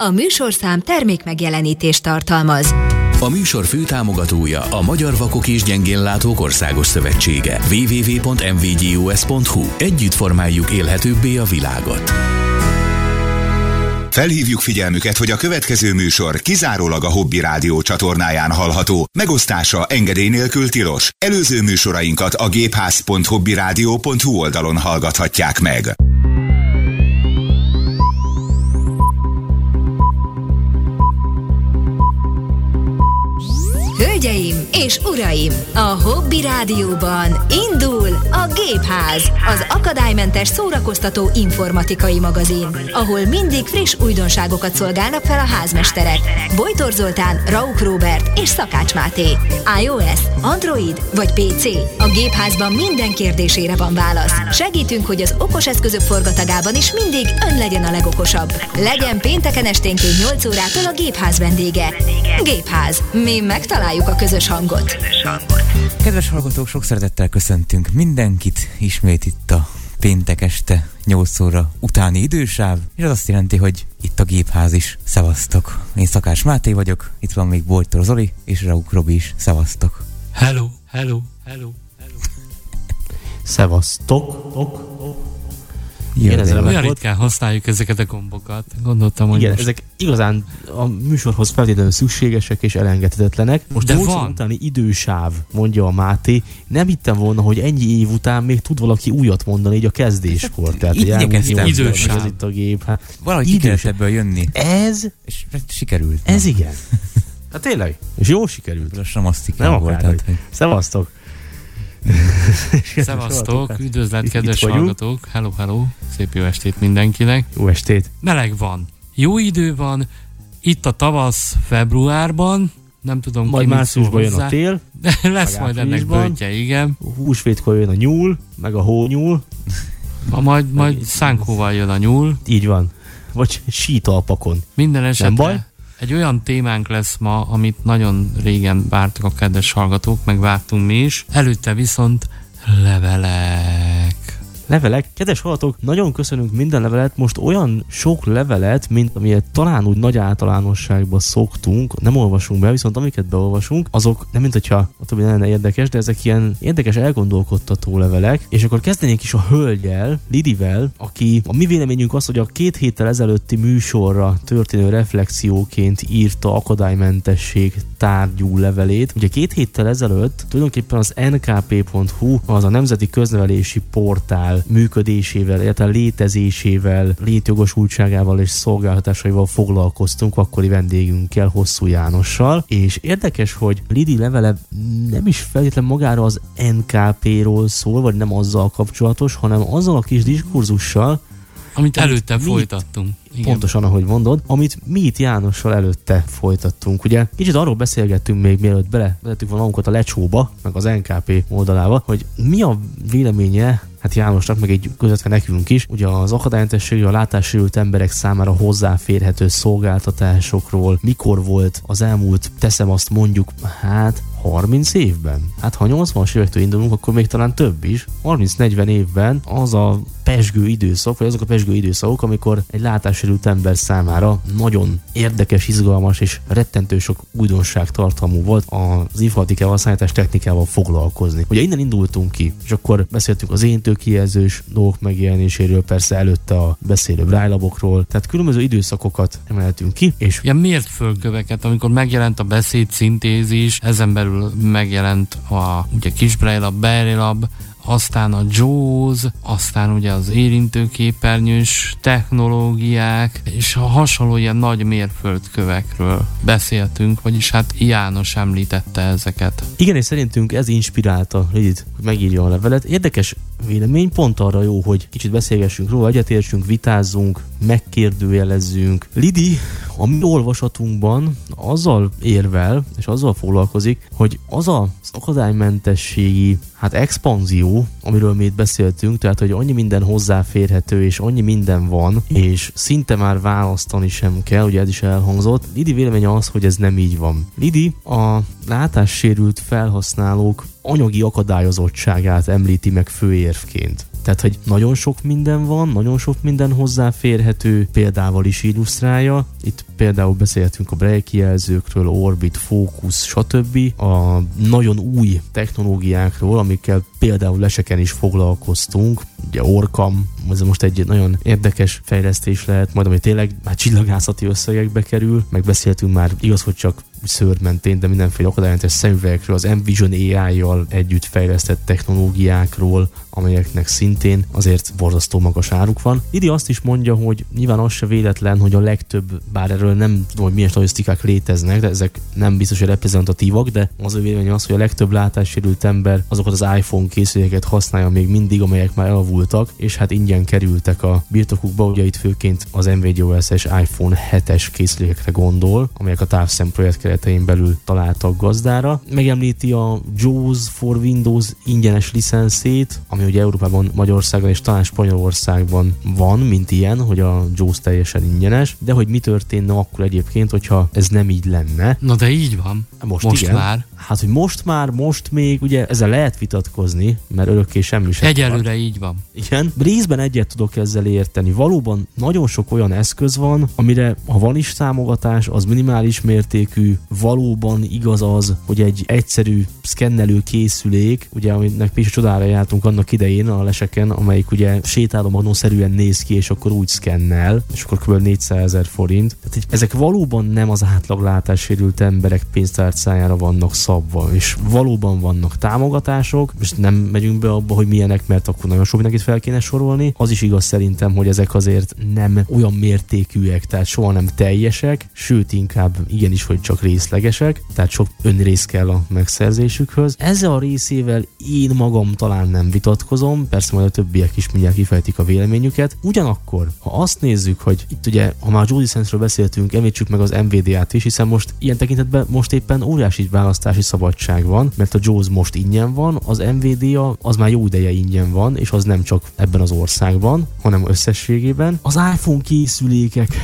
A műsorszám termékmegjelenítést tartalmaz. A műsor főtámogatója a Magyar Vakok és Gyengénlátók Országos Szövetsége. www.mvgus.hu. Együtt formáljuk élhetőbbé a világot. Felhívjuk figyelmüket, hogy a következő műsor kizárólag a Hobby Rádió csatornáján hallható. Megosztása engedély nélkül tilos. Előző műsorainkat a gépház.hobbyradio.hu oldalon hallgathatják meg. Hölgyeim és uraim, a Hobby Rádióban indul a Gépház, az akadálymentes szórakoztató informatikai magazin, ahol mindig friss újdonságokat szolgálnak fel a házmesterek. Bojtor Zoltán, Rauk Róbert és Szakács Máté. iOS, Android vagy PC? A Gépházban minden kérdésére van válasz. Segítünk, hogy az okos eszközök forgatagában is mindig ön legyen a legokosabb. Legyen pénteken esténként 8 órától a Gépház vendége. Gépház. Mi megtaláljuk a közös hangot. Kedves hallgatók, sok szeretettel köszöntünk mindenkit ismét itt a péntek este 8 óra utáni idősáv, és az azt jelenti, hogy itt a Gépház is. Szevasztok! Én Szakács Máté vagyok, itt van még Bojtor Zoli és Rauk Robi is. Szevasztok! Hello! Szevasztok! Olyan ritkán használjuk ezeket a gombokat. Gondoltam, hogy igen, most... ezek igazán a műsorhoz feltétlenül szükségesek és elengedhetetlenek. Most 8 óra utáni idősáv, mondja a Máté. Nem hittem volna, hogy ennyi év után még tud valaki újat mondani így a kezdéskor. Tehát igyekeztem. Idősáv. Ez itt a gép. Hát, valahogy ki kellett ebből jönni. Ez? És sikerült. Ez igen. Hát tényleg. És jól sikerült. Lassan masztikán volt. Tehát, hogy... Szevasztok! Szevasztok, üdvözlet, kedves hallgatók. Hello, szép jó estét mindenkinek. Jó estét. Meleg van, jó idő van, itt a tavasz februárban, nem tudom majd márciusban jön a tél. Lesz majd ennek böntje, igen. Húsvétkor jön a nyúl, meg a hónyúl. Majd szánkóval jön a nyúl. Így van. Vagy sítalpakon. Minden esetre egy olyan témánk lesz ma, amit nagyon régen vártak a kedves hallgatók, meg vártunk mi is. Előtte viszont levelek. Levelek? Kedves hallgatók, nagyon köszönünk minden levelet, most olyan sok levelet, mint amilyet talán úgy nagy általánosságban szoktunk, nem olvasunk be, viszont amiket beolvasunk, azok nem mint hogyha a többi lenne érdekes, de ezek ilyen érdekes elgondolkodtató levelek, és akkor kezdenénk is a hölgyel, Lidivel, aki a mi véleményünk az, hogy a 2 héttel ezelőtti műsorra történő reflexióként írta akadálymentesség tárgyú levelét. Ugye 2 héttel ezelőtt tulajdonképpen az nkp.hu, az a Nemzeti Köznevelési Portál működésével, illetve létezésével, létjogosultságával és szolgáltatásaival foglalkoztunk akkori vendégünkkel, Hosszú Jánossal, és érdekes, hogy Lidi levele nem is feltétlenül magára az NKP-ról szól, vagy nem azzal kapcsolatos, hanem azzal a kis diskurzussal, amit előtte folytattunk. Igen. Pontosan, ahogy mondod, amit mi itt Jánossal előtte folytattunk. Ugye kicsit arról beszélgettünk még, mielőtt belevettük volna magunkat a lecsóba, meg az NKP oldalába, hogy mi a véleménye hát Jánosnak, meg egy közvetve nekünk is, ugye az akadálymentességről, a látássérült emberek számára hozzáférhető szolgáltatásokról, mikor volt az elmúlt, teszem azt mondjuk, 30 évben? Hát ha 80-as évektől indulunk, akkor még talán több is. 30-40 évben az a pezsgő időszak, vagy azok a pezsgő időszakok, amikor egy látássérült ember számára nagyon érdekes, izgalmas és rettentő sok újdonság tartalmú volt az informatikával, a számítás technikával foglalkozni. Ugye innen indultunk ki, és akkor beszéltünk az éntőkijelzős dolgok megjelenéséről, persze előtte a beszélő brájlabokról, tehát különböző időszakokat emeltünk ki, és ilyen mértföldköveket, amikor megjelent a beszédszintézis, ezen belül megjelent a ugye kis brájlab, brájlab, aztán a JAWS, aztán ugye az érintőképernyős technológiák, és a hasonló ilyen nagy mérföldkövekről beszéltünk, vagyis hát János említette ezeket. Igen, és szerintünk ez inspirálta Lidit, hogy megírja a levelet. Érdekes vélemény, pont arra jó, hogy kicsit beszélgessünk róla, egyetértsünk, vitázzunk, megkérdőjelezzünk. Lidi a mi olvasatunkban azzal érvel, és azzal foglalkozik, hogy az az akadálymentességi expanzió, amiről mi itt beszéltünk, tehát, hogy annyi minden hozzáférhető, és annyi minden van, és szinte már választani sem kell, ugye ez is elhangzott. Lidi véleménye az, hogy ez nem így van. Lidi a látássérült felhasználók anyagi akadályozottságát említi meg főérvként. Tehát, hogy nagyon sok minden van, nagyon sok minden hozzáférhető, példával is illusztrálja. Itt például beszélhetünk a Braille kijelzőkről, Orbit, Focus, stb. A nagyon új technológiákról, amikkel például leseken is foglalkoztunk. Ugye Orcam, ez most egy nagyon érdekes fejlesztés lehet, majd ami tényleg már csillagászati összegekbe kerül, meg beszéltünk már, igaz, hogy csak szőrmentén, de mindenféle akadálymentes szemüvegekről, az Envision AI-jal együtt fejlesztett technológiákról, amelyeknek szintén azért borzasztó magas áruk van. Idi azt is mondja, hogy nyilván az se véletlen, hogy a legtöbb, bár erről nem tudom, hogy milyen statisztikák léteznek, de ezek nem biztos, hogy reprezentatívak, de az ő véleménye az, hogy a legtöbb látássérült ember azokat az iPhone készülékeket használja még mindig, amelyek már elavultak, és hát ingyen kerültek a birtokukba, ugye itt főként az NVIDIA-OS-es iPhone 7-es készülékekre gondol, amelyek a távszem projekt keretein belül találtak gazdára. Megemlíti a JAWS for Windows ingyenes licenszét, ami ugye Európában, Magyarországon és talán Spanyolországban van, mint ilyen, hogy a JAWS teljesen ingyenes, de hogy mi történne akkor egyébként, hogyha ez nem így lenne. Na de így van. Most igen. Már. Hát, hogy most még, ugye ezzel lehet vitatkozni, mert örökké semmi sem. Egyelőre így van. Igen. Részben egyet tudok ezzel érteni. Valóban nagyon sok olyan eszköz van, amire ha van is támogatás, az minimális mértékű, valóban igaz az, hogy egy egyszerű szkennelő készülék, ugye aminek mi is csodára jártunk annak idején a leseken, amelyik ugye sétálómagnószerűen néz ki, és akkor úgy szkennel, és akkor kb. 400 000 forint. Tehát ezek valóban nem az átlag látássérült emberek pénztárcájára vannak szabva, és valóban vannak támogatások, és nem megyünk be abba, hogy milyenek, mert akkor nagyon sok mindenkit fel kéne sorolni. Az is igaz szerintem, hogy ezek azért nem olyan mértékűek, tehát soha nem teljesek, sőt inkább igenis, hogy csak részlegesek, tehát sok önrész kell a megszerzésükhöz. Ezzel a részével én magam talán nem vitatkozom, persze majd a többiek is mindjárt kifejtik a véleményüket. Ugyanakkor, ha azt nézzük, hogy itt ugye, ha már DualSense-ről beszéltünk, említsük meg az NVIDIA-t is, hiszen most ilyen tekintetben most éppen óriási választási szabadság van, mert a JAWS most ingyen van, az NVIDIA az már jó ideje ingyen van, és az nem csak ebben az országban, hanem összességében. Az iPhone készülékek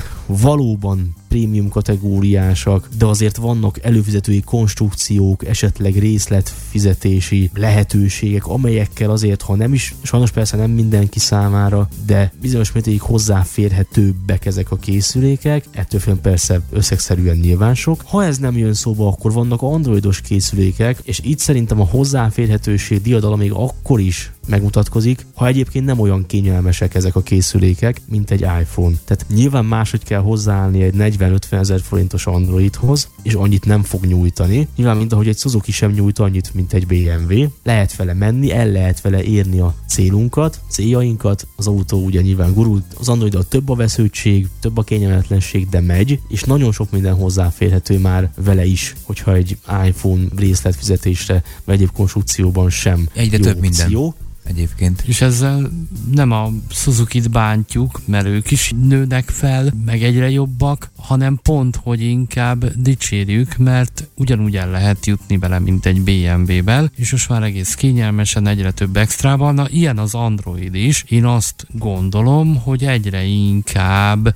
valóban prémium kategóriásak, de azért vannak előfizetői konstrukciók, esetleg részletfizetési lehetőségek, amelyekkel azért, ha nem is, sajnos persze nem mindenki számára, de bizonyos mértékig hozzáférhetőbbek ezek a készülékek, ettől főn persze összegszerűen nyilván sok. Ha ez nem jön szóba, akkor vannak androidos készülékek, és itt szerintem a hozzáférhetőség diadala még akkor is megmutatkozik, ha egyébként nem olyan kényelmesek ezek a készülékek, mint egy iPhone. Tehát nyilván máshogy kell hozzáállni egy 40-50 000 forintos Androidhoz, és annyit nem fog nyújtani. Nyilván, mint ahogy egy Suzuki sem nyújt annyit, mint egy BMW. Lehet vele menni, el lehet vele érni a céljainkat. Az autó ugye nyilván gurul, az Androiddal több a vesződtség, több a kényelmetlenség, de megy, és nagyon sok minden hozzáférhető már vele is, hogyha egy iPhone részletfizetésre vagy egyéb konstrukcióban sem egyre jó több opció. minden. Egyébként. És ezzel nem a Suzukit bántjuk, mert ők is nőnek fel, meg egyre jobbak, hanem pont, hogy inkább dicsérjük, mert ugyanúgy el lehet jutni bele, mint egy BMW-vel, és most már egész kényelmesen, egyre több extra van. Na, ilyen az Android is. Én azt gondolom, hogy egyre inkább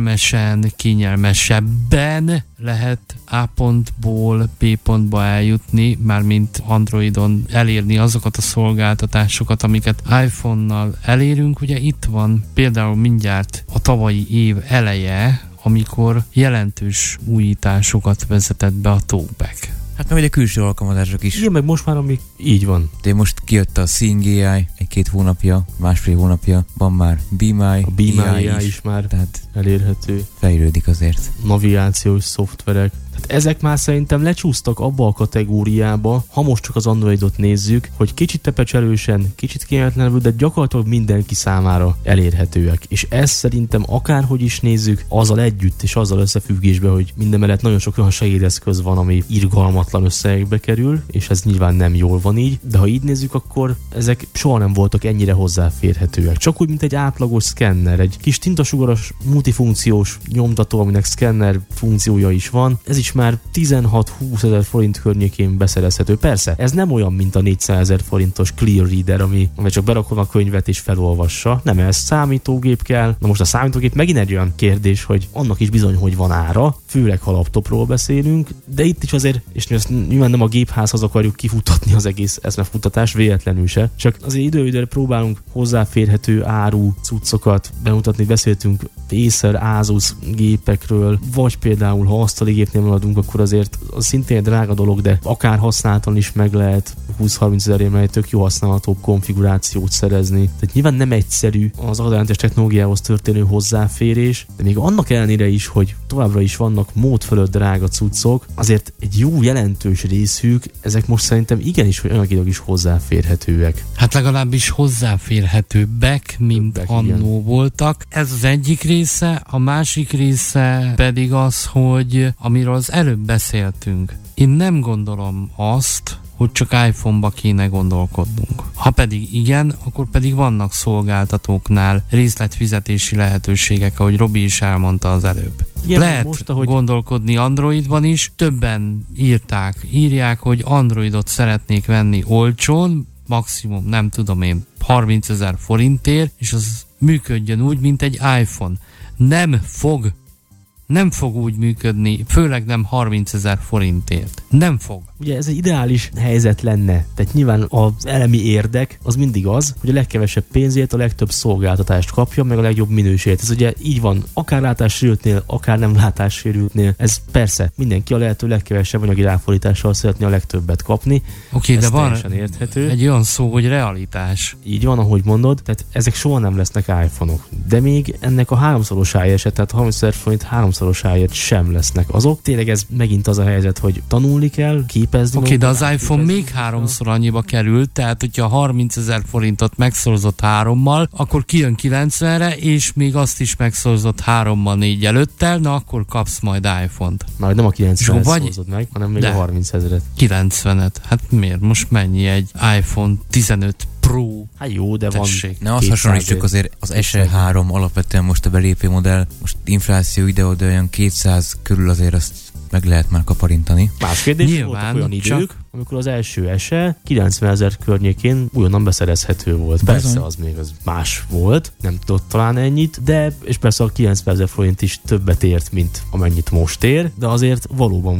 kényelmesebben lehet A pontból B pontba eljutni, mármint Androidon elérni azokat a szolgáltatásokat, amiket iPhone-nal elérünk. Ugye itt van például mindjárt a tavalyi év eleje, amikor jelentős újításokat vezetett be a Talkback. Hát meg ugye külső alkalmazások is. Igen, meg most már ami így van. De most kijött a Seeing AI egy-két hónapja, másfél hónapja, van már Be My, a Be My AI is már tehát elérhető. Fejlődik azért. Navigációs szoftverek. Tehát ezek már szerintem lecsúsztak abba a kategóriába, ha most csak az Androidot nézzük, hogy kicsit tepecselősen, kicsit kényelmetlenül, de gyakorlatilag mindenki számára elérhetőek. És ezt szerintem akárhogy is nézzük, azzal együtt és azzal összefüggésben, hogy mindemellett nagyon sok olyan segédeszköz van, ami irgalmatlan összegekbe kerül, és ez nyilván nem jól van így, de ha így nézzük, akkor ezek soha nem voltak ennyire hozzáférhetőek. Csak úgy, mint egy átlagos szkenner, egy kis tintasugaras multifunkciós nyomtató, aminek szkenner funkciója is van. Ez is is már 16-20 ezer forint környékén beszerezhető. Persze, ez nem olyan, mint a 400 000 forintos Clear Reader, ami csak berakom a könyvet és felolvassa. Nem, ez számítógép kell. Na most a számítógép megint egy olyan kérdés, hogy annak is bizony, hogy van ára, főleg ha laptopról beszélünk, de itt is azért, és nyilván nem a gépházhoz akarjuk kifutatni az egész eszmefutatás, véletlenül se, csak azért időre próbálunk hozzáférhető áru cuccokat bemutatni, beszéltünk Acer, Asus gépekről, vagy például, ha asztali gépnél maradunk, akkor azért az szintén egy drága dolog, de akár használtan is meg lehet 20-30 ezerért egy tök jó használható konfigurációt szerezni. Tehát nyilván nem egyszerű az akadálymentes technológiához történő hozzáférés, de még annak ellenére is, hogy továbbra is vannak mód fölött drága cuccok, azért egy jó jelentős részük, ezek most szerintem igenis, hogy anyagilag is hozzáférhetőek. Hát legalábbis hozzáférhetőbbek, mint annó voltak. Ez az egyik része, a másik része pedig az, hogy amiről az előbb beszéltünk. Én nem gondolom azt, hogy csak iPhone-ba kéne gondolkodnunk. Ha pedig igen, akkor pedig vannak szolgáltatóknál részletfizetési lehetőségek, ahogy Robi is elmondta az előbb. Igen, lehet most, gondolkodni Androidban is, többen írják, hogy Androidot szeretnék venni olcsón, maximum, nem tudom én, 30 000 forintért, és az működjön úgy, mint egy iPhone. Nem fog úgy működni, főleg nem 30 000 forintért. Nem fog. Ugye ez egy ideális helyzet lenne. Tehát nyilván az elemi érdek az mindig az, hogy a legkevesebb pénzért a legtöbb szolgáltatást kapja, meg a legjobb minőséget. Ez ugye így van, akár látássérültnél, akár nem látássérültnél. Ez persze mindenki a lehető legkevesebb anyagi ráfordítással szeretné a legtöbbet kapni. Oké, de van érthető. Egy olyan szó, hogy realitás. Így van, ahogy mondod, tehát ezek soha nem lesznek iPhone-ok. De még ennek a háromszorosáért, tehát 30 000 forint háromszorosáért sem lesznek azok. Tényleg ez megint az a helyzet, hogy tanulni kell, képezni. Oké, de az iPhone még háromszor annyiba került, tehát hogyha 30 000 forintot megszorozott 3-mal, akkor kijön 90-re, és még azt is megszorozott 3-mal 4 előttel, na akkor kapsz majd iPhone-t. Majd nem a 90-et szorozod meg, hanem még a 30 000-et. 90-et. Hát miért? Most mennyi egy iPhone 15 Pro? Hát jó, de tessék. Ne azt hasonlítsuk, azért az SE3 alapvetően most a belépő modell, most infláció ide-oda olyan 200 körül azért azt meg lehet már kaparintani. Más kérdés, voltak olyan idők, amikor az első SE 90 000 környékén újonnan beszerezhető volt. Persze az még az más volt, nem tudott talán ennyit, de és persze a 90 000 forint is többet ért, mint amennyit most ér, de azért valóban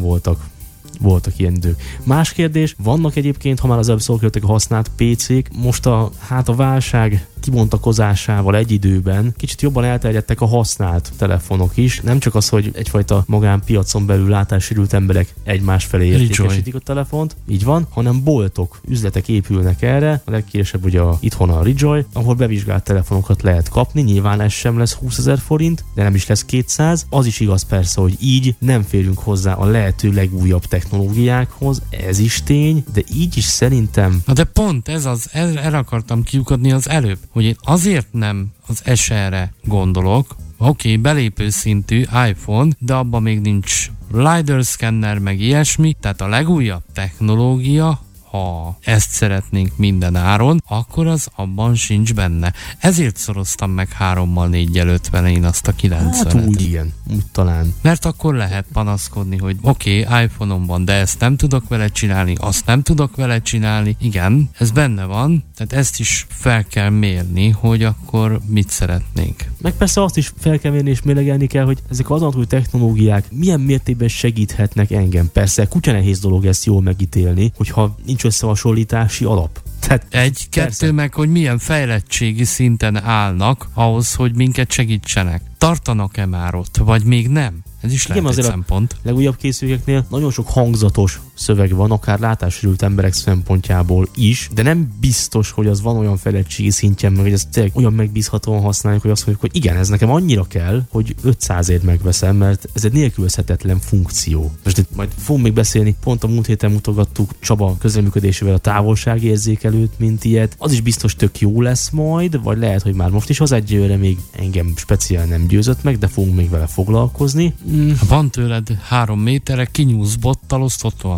voltak ilyen idők. Más kérdés, vannak egyébként, ha már az előbb szó kerültek a használt PC-k, most a válság kibontakozásával egy időben kicsit jobban elterjedtek a használt telefonok is. Nem csak az, hogy egyfajta magánpiacon belül látássérült emberek egymás felé értékesítik a telefont, így van, hanem boltok, üzletek épülnek erre. A legkíresebb ugye itthon a Rejoy, ahol bevizsgált telefonokat lehet kapni. Nyilván ez sem lesz 20 000 forint, de nem is lesz 200. Az is igaz persze, hogy így nem férünk hozzá a lehető legújabb technológiákhoz. Ez is tény, de így is szerintem... Na de pont erre akartam kiukadni az előbb, hogy én azért nem az SE-re gondolok, oké, belépő szintű iPhone, de abban még nincs LiDAR szkenner, meg ilyesmi, tehát a legújabb technológia, ha ezt szeretnénk minden áron, akkor az abban sincs benne. Ezért szoroztam meg 3-mal 4-jel 50 én azt a 90-et. Hát úgy igen, úgy talán. Mert akkor lehet panaszkodni, hogy oké, iPhone-om van, de ezt nem tudok vele csinálni, azt nem tudok vele csinálni. Igen, ez benne van, tehát ezt is fel kell mérni, hogy akkor mit szeretnénk. Meg persze azt is fel kell mérni és mérlegelni kell, hogy ezek az új technológiák milyen mértékben segíthetnek engem. Persze, kutya nehéz dolog ezt jól megítélni, hogyha nincs összehasonlítási alap. Egy-kettő meg, hogy milyen fejlettségi szinten állnak ahhoz, hogy minket segítsenek. Tartanak-e már ott, vagy még nem? Ez is lehet egy szempont. Legújabb készülékeknél nagyon sok hangzatos szöveg van, akár látássérült emberek szempontjából is, de nem biztos, hogy az van olyan fejlettségi szintjen, meg hogy ezt tényleg olyan megbízhatóan használjuk, hogy azt mondjuk, hogy igen, ez nekem annyira kell, hogy 500-ért megveszem, mert ez egy nélkülözhetetlen funkció. Most itt majd fogunk még beszélni, pont a múlt héten mutogattuk Csaba közreműködésével a távolságérzékelőt, mint ilyet. Az is biztos tök jó lesz majd, vagy lehet, hogy már most is az egyőre még engem speciál nem győzött meg, de fogunk még vele foglalkozni. Van tőled 3 méterre, kinyúlsz bottal, ott van.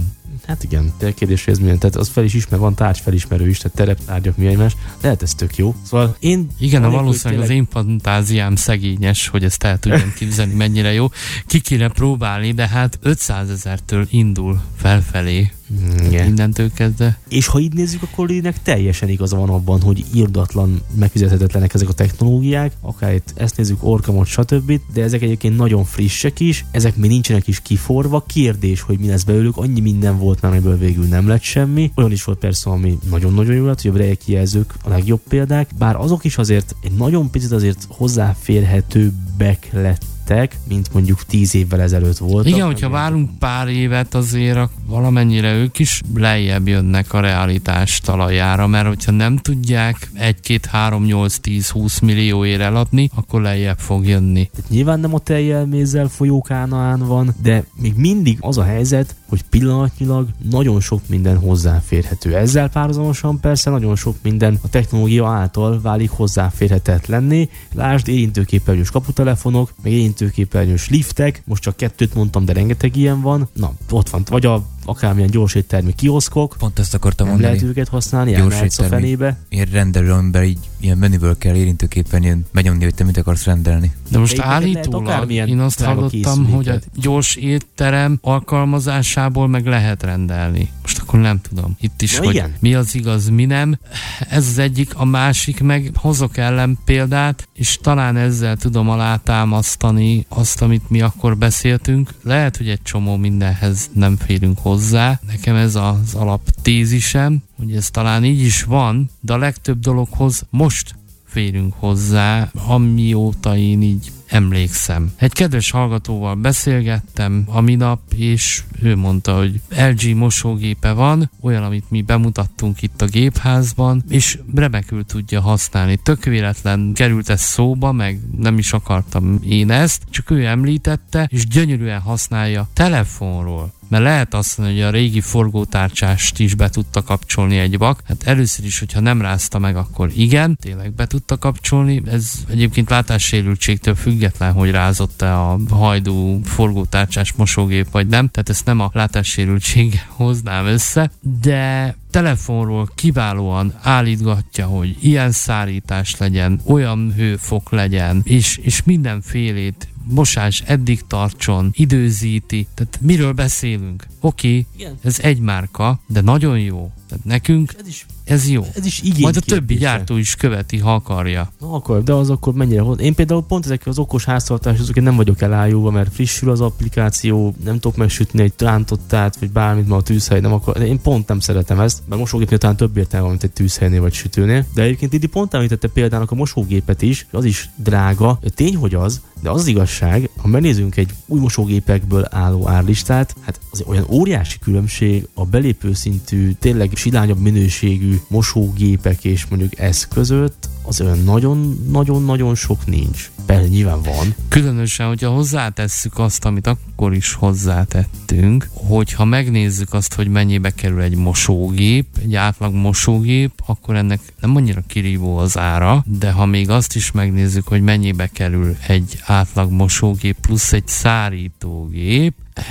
Hát igen, de kérdés, hogy ez milyen. Tehát az fel is ismer, van tárgyfelismerő is, tehát tereptárgyak mi egymás. Lehet ez tök jó. Szóval igen, a valószínűleg az én fantáziám szegényes, hogy ezt el tudjam képzelni, mennyire jó. Ki kéne próbálni, de hát 500 000-től indul felfelé. Mindentől kezdve. És ha így nézzük, akkor Lilinek teljesen igaza van abban, hogy irdatlan, megfizethetetlenek ezek a technológiák, akár itt ezt nézzük, Orkamot, stb. De ezek egyébként nagyon frissek is, ezek még nincsenek is kiforva. Kérdés, hogy mi lesz belőlük, annyi minden volt már, amiből végül nem lett semmi. Olyan is volt persze, ami nagyon-nagyon jó lett, hogy a Braille kijelzők a legjobb példák, bár azok is azért egy nagyon picit azért hozzáférhetőbbek lettek, mint mondjuk 10 évvel ezelőtt voltak. Igen, hogyha várunk pár évet, azért valamennyire ők is lejjebb jönnek a realitás talajára, mert hogyha nem tudják 1, 2, 3, 8, 10, 20 millióért eladni, akkor lejjebb fog jönni. Tehát nyilván nem a tejjelmézzel folyó Kánaán van, de még mindig az a helyzet, hogy pillanatnyilag nagyon sok minden hozzáférhető. Ezzel párhuzamosan persze nagyon sok minden a technológia által válik hozzáférhetetlenné. Lásd, érintőképernyős kaputelefonok, meg érintőképernyős liftek, most csak 2 mondtam, de rengeteg ilyen van. Na, ott van, vagy akármilyen gyors éttermi kioszkok. Pont ezt akartam nem mondani. Lehet őket használni, elmehetsz a fenébe. Én rendelő, amiben így ilyen menüből kell érintőképernyőn megnyomni, hogy te mit akarsz rendelni. De most állítólag én azt hallottam, hogy a gyors étterem alkalmazásából meg lehet rendelni. Most akkor nem tudom. Itt is, hogy igen, mi az igaz, mi nem. Ez az egyik, a másik meg hozok ellen példát, és talán ezzel tudom alátámasztani azt, amit mi akkor beszéltünk. Lehet, hogy egy csomó mindenhez nem férünk hozzá. Nekem ez az alaptézisem, hogy ez talán így is van, de a legtöbb dologhoz most férünk hozzá, amióta én így emlékszem. Egy kedves hallgatóval beszélgettem a minap, és ő mondta, hogy LG mosógépe van, olyan, amit mi bemutattunk itt a gépházban, és remekül tudja használni. Tök véletlen került ez szóba, meg nem is akartam én ezt, csak ő említette, és gyönyörűen használja telefonról. Mert lehet azt mondani, hogy a régi forgótárcsást is be tudta kapcsolni egy vak. Hát először is, hogyha nem rázta meg, akkor igen, tényleg be tudta kapcsolni. Ez egyébként látássérültségtől független, hogy rázott-e a hajdú forgótárcsás mosógép, vagy nem. Tehát ezt nem a látássérültséggel hoznám össze, de telefonról kiválóan állítgatja, hogy ilyen szárítás legyen, olyan hőfok legyen, és mindenfélét mosás eddig tartson, időzíti. Tehát miről beszélünk? Oké, ez egy márka, de nagyon jó. Tehát nekünk ez jó. Ez is majd a többi gyártó is követi, ha akarja. Na akar, de az akkor mennyire volt? Én például pont ezekkel az okos háztartások nem vagyok elájulva, mert frissül az applikáció, nem tudok megsütni egy rántottát, vagy bármit, mert a tűzhely nem akar. Én pont nem szeretem ezt, mert mosógépnél talán több értelme, mint egy tűzhelynél vagy sütőnél. De egyébként Didi pont említette példának a mosógépet is, az is drága. Tény, hogy az, de az igazság, ha megnézünk egy új mosógépekből álló árlistát, hát az olyan óriási különbség a belépő szintű, tényleg silányabb minőségű mosógépek és mondjuk ez között, az olyan nagyon-nagyon sok nincs. Persze nyilván van. Különösen, hogyha hozzátesszük azt, amit akkor is hozzátettünk, hogyha megnézzük azt, hogy mennyibe kerül egy mosógép, egy átlag mosógép, akkor ennek nem annyira kirívó az ára, de ha még azt is megnézzük, hogy mennyibe kerül egy átlag mosógép plusz egy szárítógép,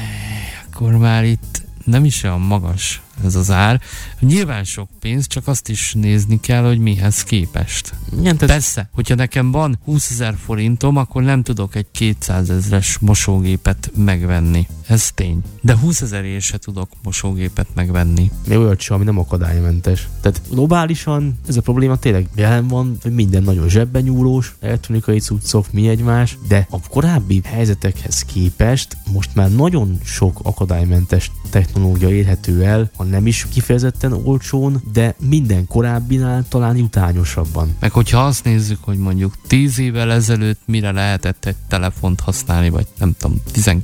akkor már itt nem is olyan magas ez az ár. Nyilván sok pénz, csak azt is nézni kell, hogy mihez képest. Igen, persze, hogyha nekem van 20 000 forintom, akkor nem tudok egy 200 000-es mosógépet megvenni. Ez tény. De 20 000-ért se tudok mosógépet megvenni. Még olyat sem, ami nem akadálymentes. Tehát globálisan ez a probléma tényleg jelen van, hogy minden nagyon zsebben nyúlós, elektronikai cuccok, mi egymás, de a korábbi helyzetekhez képest most már nagyon sok akadálymentes technológia érhető el, ha nem is kifejezetten olcsón, de minden korábbinál talán jutányosabban. Meg hogyha azt nézzük, hogy mondjuk 10 évvel ezelőtt mire lehetett egy telefont használni, vagy nem tudom,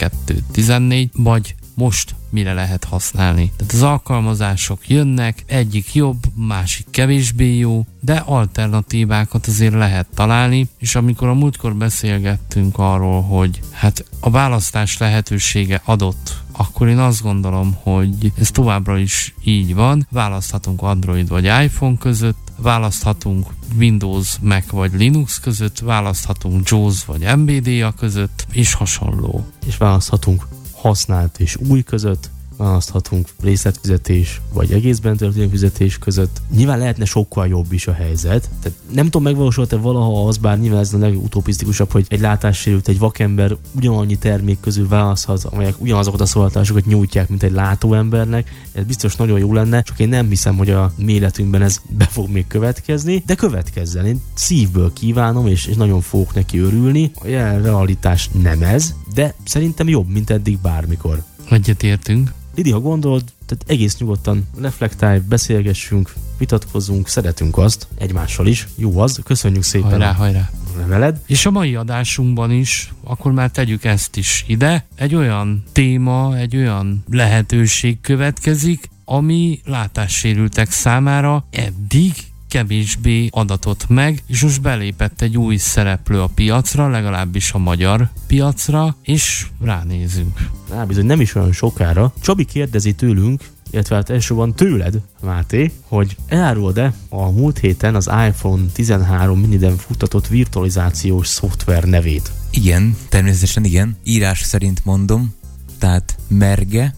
12-14, vagy most mire lehet használni. Tehát az alkalmazások jönnek, egyik jobb, másik kevésbé jó, de alternatívákat azért lehet találni, és amikor a múltkor beszélgettünk arról, hogy hát a választás lehetősége adott, akkor én azt gondolom, hogy ez továbbra is így van. Választhatunk Android vagy iPhone között, választhatunk Windows, Mac vagy Linux között, választhatunk JAWS vagy NVIDIA között, és hasonló. És választhatunk használt és új között, választhatunk részletfizetés vagy egészben történő fizetés között. Nyilván lehetne sokkal jobb is a helyzet. Tehát nem tudom, megvalósult-e valaha az, bár nyilván ez a legutopisztikusabb, hogy egy látássérült, egy vakember ugyanannyi termék közül választhat, amelyek ugyanazokat a szolgáltatásokat nyújtják, mint egy látóembernek. Ez biztos nagyon jó lenne, csak én nem hiszem, hogy a mi életünkben ez be fog még következni, de következzen. Én szívből kívánom, és nagyon fogok neki örülni. A jelen realitás nem ez, de szerintem jobb, mint eddig bármikor. Egyetértünk. Lidi, ha gondolod, tehát egész nyugodtan reflektálj, beszélgessünk, vitatkozzunk, szeretünk azt, egymással is. Jó az, köszönjük szépen. Hajrá. Veled. És a mai adásunkban is, akkor már tegyük ezt is ide, egy olyan téma, egy olyan lehetőség következik, ami látássérültek számára eddig kevésbé adatott meg, és most belépett egy új szereplő a piacra, legalábbis a magyar piacra, és ránézünk. Bizony nem is olyan sokára. Csabi kérdezi tőlünk, illetve hát elsősorban tőled, Máté, hogy elárulod-e a múlt héten az iPhone 13 miniden futtatott virtualizációs szoftver nevét? Igen, természetesen igen. Írás szerint mondom, tehát Merge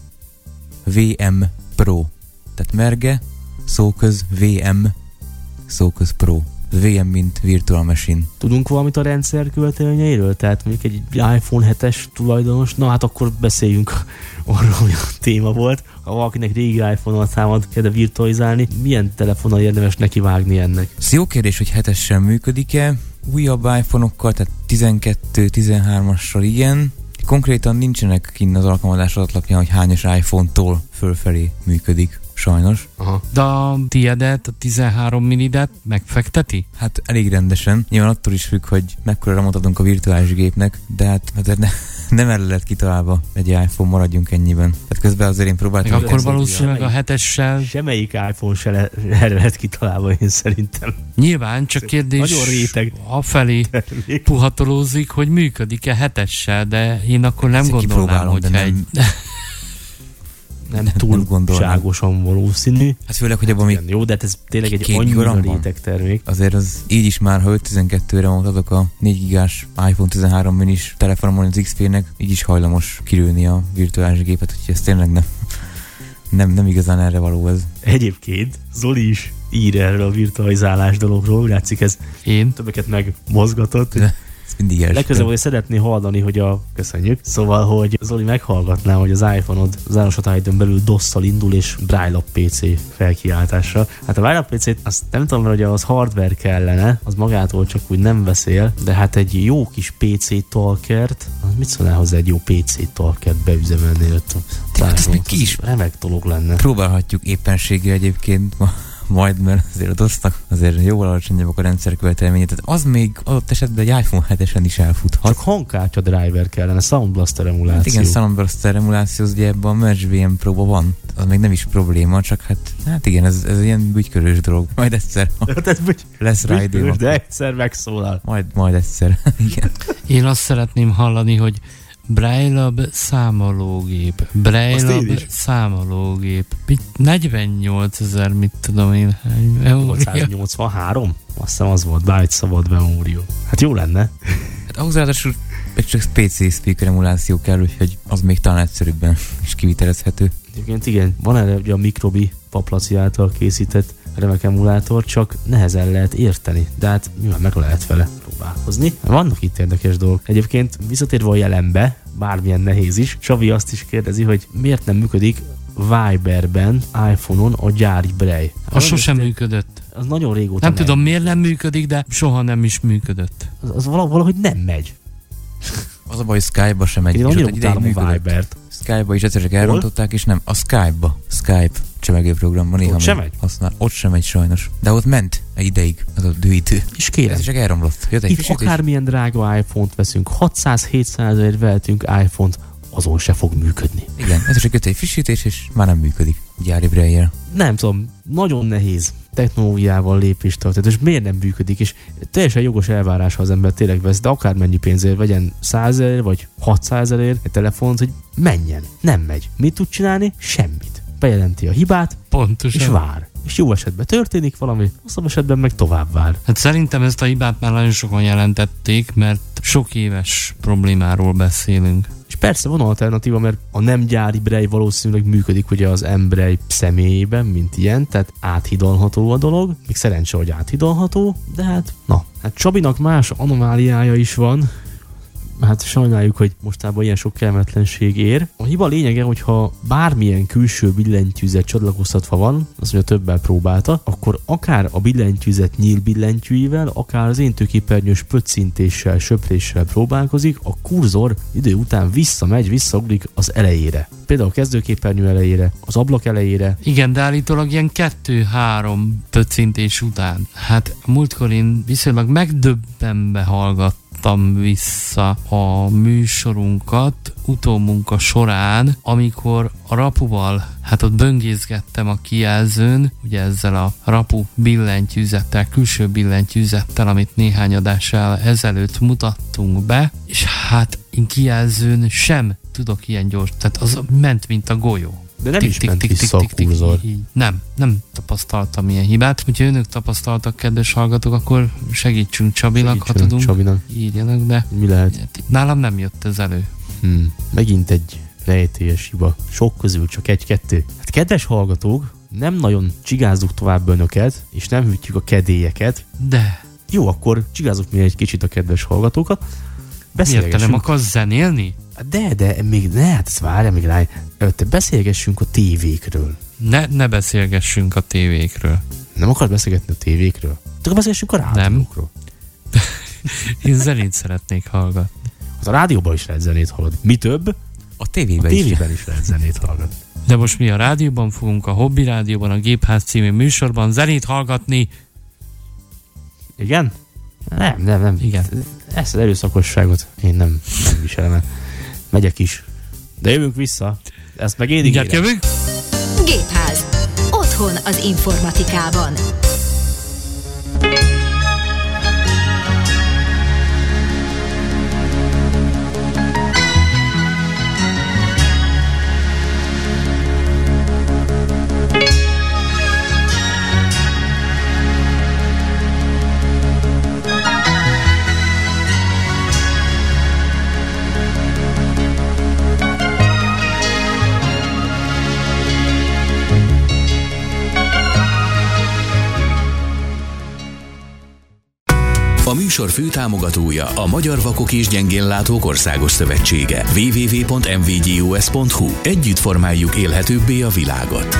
VM Pro. Tehát Merge, szóköz VM, szóköz Pro. VM, mint Virtual Machine. Tudunk valamit a rendszer követelményeiről? Tehát mondjuk egy iPhone 7-es tulajdonos, na hát akkor beszéljünk arról, hogy a téma volt. Ha valakinek régi iPhone-on támad, kell virtualizálni, milyen telefonnal érdemes nekivágni ennek? Ez jó kérdés, hogy 7-essel működik-e? Újabb iPhone-okkal, tehát 12-13-assal igen. Konkrétan nincsenek kinn az alkalmazás adatlapján, hogy hányos iPhone-tól fölfelé működik. Sajnos. Aha. De a tiédet, a 13 minidet megfekteti? Hát elég rendesen. Nyilván attól is függ, hogy mekkora ramot adunk a virtuális gépnek, de hát nem erre lett kitalálva egy iPhone, maradjunk ennyiben. Tehát közben azért én próbáltam. Akkor valószínűleg a 7-essel... Semmelyik iPhone se erre lett kitalálva, én szerintem. Nyilván, csak kérdés nagyon réteg afelé puhatolózik, hogy működik-e 7-essel, de én akkor nem gondolnám, hogyha egy... Nem túlságosan valószínű. Hát főleg, hogy abban még jó, de hát ez tényleg egy annyira réteg termék. Azért az így is már, ha 512-re adok a 4 gigás iPhone 13 minis telefonomon az XP-nek, így is hajlamos kirülni a virtuális gépet, úgyhogy ez tényleg nem igazán erre való ez. Egyébként Zoli is ír erről a virtualizálás dologról, úgy látszik ez én többeket megmozgatott. Legközelebb, hogy szeretné hallani, hogy köszönjük. Szóval, hogy Zoli meghallgatná, hogy az iPhone-od az záros határidőn belül DOS-szal indul és Braille PC felkiáltásra. Hát a Braille PC-t azt nem tudom, mert ugye az hardware kellene, az magától csak úgy nem beszél, de hát egy jó kis PC talkert, mit szólnál hozzá egy jó PC talkert beüzemelni ott? Hát még ki is remek dolog lenne. Próbálhatjuk éppenséggel egyébként majd, mert azért a DOS-nak azért jóval alacsonyabbak a rendszerkövetelménye, tehát az még adott esetben egy iPhone 7-esen is elfuthat. Csak hangkártya driver kellene, Sound Blaster emuláció. Hát igen, Sound Blaster emuláció, az ugye ebben a Merge VM Pro-ban van, az még nem is probléma, csak hát igen, ez ilyen bütykörös dolog. Majd egyszer lesz rá idő. De egyszer megszólal. Majd egyszer, igen. Én azt szeretném hallani, hogy Braille számológép. Braille számológép. 48 000, mit tudom én. 883? Azt hiszem az volt, byte szabad memória. Hát jó lenne. Hát ahhoz ráadásul csak PC speaker emuláció kell, úgyhogy az még talán egyszerűbben is kivitelezhető. Egyébként igen, van erre ugye a Microbi Paplaci által készített remek emulátor, csak nehezen lehet érteni, de hát nyilván meg lehet vele próbálkozni. Vannak itt érdekes dolgok. Egyébként visszatérve a jelenbe, bármilyen nehéz is, Savi azt is kérdezi, hogy miért nem működik Viberben, iPhone-on a gyári Braille. Az sosem működött. Az nagyon régóta nem tudom, miért nem működik, de soha nem is működött. Az valahogy nem megy. Az a baj, hogy Skype-ba sem megy. Én annyira utálom a Vibert. Skype-ba is egyszer csak elrontották, és nem. A Skype-ba. Skype csemegőprogramban néha használ. Ott sem megy sajnos. De ott ment egy ideig az a időidő. És kérem. Ez csak elromlott. Itt akármilyen drága iPhone-t veszünk, 600-700 vehetünk iPhone-t, azon se fog működni. Igen, ez csak jött egy frissítés, és már nem működik. Gyári Braille-jel. Nem tudom, nagyon nehéz technológiával lépést tartani, és miért nem működik, és teljesen jogos elvárás, ha az ember tényleg vesz, de akármennyi pénzért vegyen 100 000 vagy 600 000 egy telefont, hogy menjen. Nem megy. Mit tud csinálni? Semmit. Bejelenti a hibát, pontosan, és vár. És jó esetben történik valami, rosszabb esetben meg tovább vár. Hát szerintem ezt a hibát már nagyon sokan jelentették, mert sok éves problémáról beszélünk. És persze van alternatíva, mert a nem gyári Braille valószínűleg működik ugye az M-Braille személyében, mint ilyen, tehát áthidalható a dolog, még szerencsé, hogy áthidalható, de hát Csabinak más anomáliája is van. Hát sajnáljuk, hogy mostában ilyen sok kellemetlenség ér. A hiba lényege, hogyha bármilyen külső billentyűzet csatlakoztatva van, azt mondja, többel próbálta, akkor akár a billentyűzet nyíl billentyűivel, akár az éntőképernyős pöccintéssel, söpréssel próbálkozik, a kurzor idő után visszaugrik az elejére. Például a kezdőképernyő elejére, az ablak elejére. Igen, de állítólag ilyen 2-3 pöccintés után. Hát múltkor én viszonylag megdöbbenve hallgattam vissza a műsorunkat utómunka során, amikor a rapuval, hát ott böngészgettem a kijelzőn, ugye ezzel a rapu billentyűzettel, külső billentyűzettel, amit néhány adással ezelőtt mutattunk be, és hát én kijelzőn sem tudok ilyen gyors, tehát az ment, mint a golyó. De nem is ment vissza a kurzor. Nem tapasztaltam ilyen hibát. Hogyha önök tapasztaltak, kedves hallgatók, akkor segítsünk Csabinak, ha tudunk. Csabinak. Írjanak, de mi lehet? Nálam nem jött ez elő. Megint egy rejtélyes hiba. Sok közül csak 1-2. Hát kedves hallgatók, nem nagyon csigázzuk tovább önöket, és nem hűtjük a kedélyeket. De. Jó, akkor csigázzuk még egy kicsit a kedves hallgatókat. Miért te nem akarsz zenélni? De még ne, hát várjál még rá. Te beszélgessünk a tévékről. Ne beszélgessünk a tévékről. Nem akarsz beszélgetni a tévékről? Csak beszélgessünk a rádiókról. Nem. Én zenét szeretnék hallgatni. Az a rádióban is lehet zenét hallgatni. Mi több? A tévében is lehet zenét hallgatni. De most mi a rádióban fogunk, a Hobby Rádióban, a Gépház című műsorban zenét hallgatni. Igen? Nem. Igen. Ezt az erőszakosságot én nem viselem el. Megyek is. De jövünk vissza. Ezt meg én ígérem. Jövünk? Gépház. Otthon az informatikában. A műsor főtámogatója a Magyar Vakok és Gyengénlátók Országos Szövetsége. www.mvgus.hu. Együtt formáljuk élhetőbbé a világot.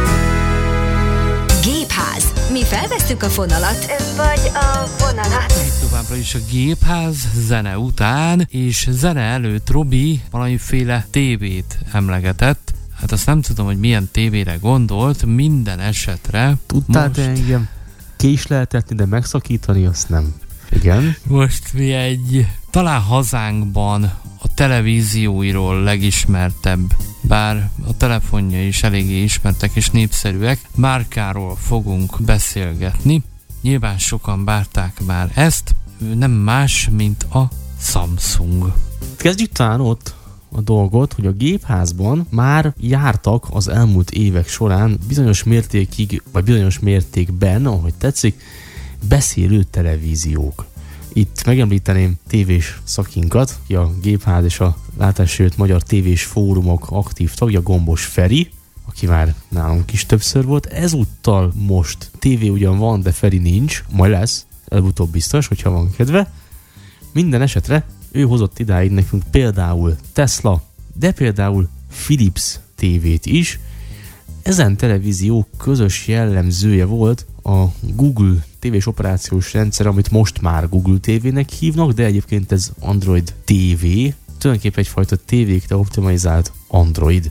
Gépház. Mi felvesszük a fonalat, vagy a vonalat. Továbbra is a Gépház zene után, és zene előtt Robi valamiféle tévét emlegetett. Hát azt nem tudom, hogy milyen tévére gondolt, minden esetre. Tudtál te engem késleltetni, de megszakítani azt nem. Igen. Most mi talán hazánkban a televízióiról legismertebb, bár a telefonja is eléggé ismertek és népszerűek, márkáról fogunk beszélgetni. Nyilván sokan várták már ezt, nem más, mint a Samsung. Kezdjük talán ott a dolgot, hogy a Gépházban már jártak az elmúlt évek során bizonyos mértékig, vagy bizonyos mértékben, ahogy tetszik, beszélő televíziók. Itt megemlíteném tévés szakinkat, ki a Gépház és a Látássérült Magyar Tévés Fórumok aktív tagja, Gombos Feri, aki már nálunk is többször volt. Ezúttal most tévé ugyan van, de Feri nincs, majd lesz, előbb-utóbb biztos, hogyha van kedve. Minden esetre ő hozott idáig nekünk például Tesla, de például Philips tévét is. Ezen televízió közös jellemzője volt a Google tévés operációs rendszer, amit most már Google TV-nek hívnak, de egyébként ez Android TV, tulajdonképpen egyfajta tévékre optimalizált Android.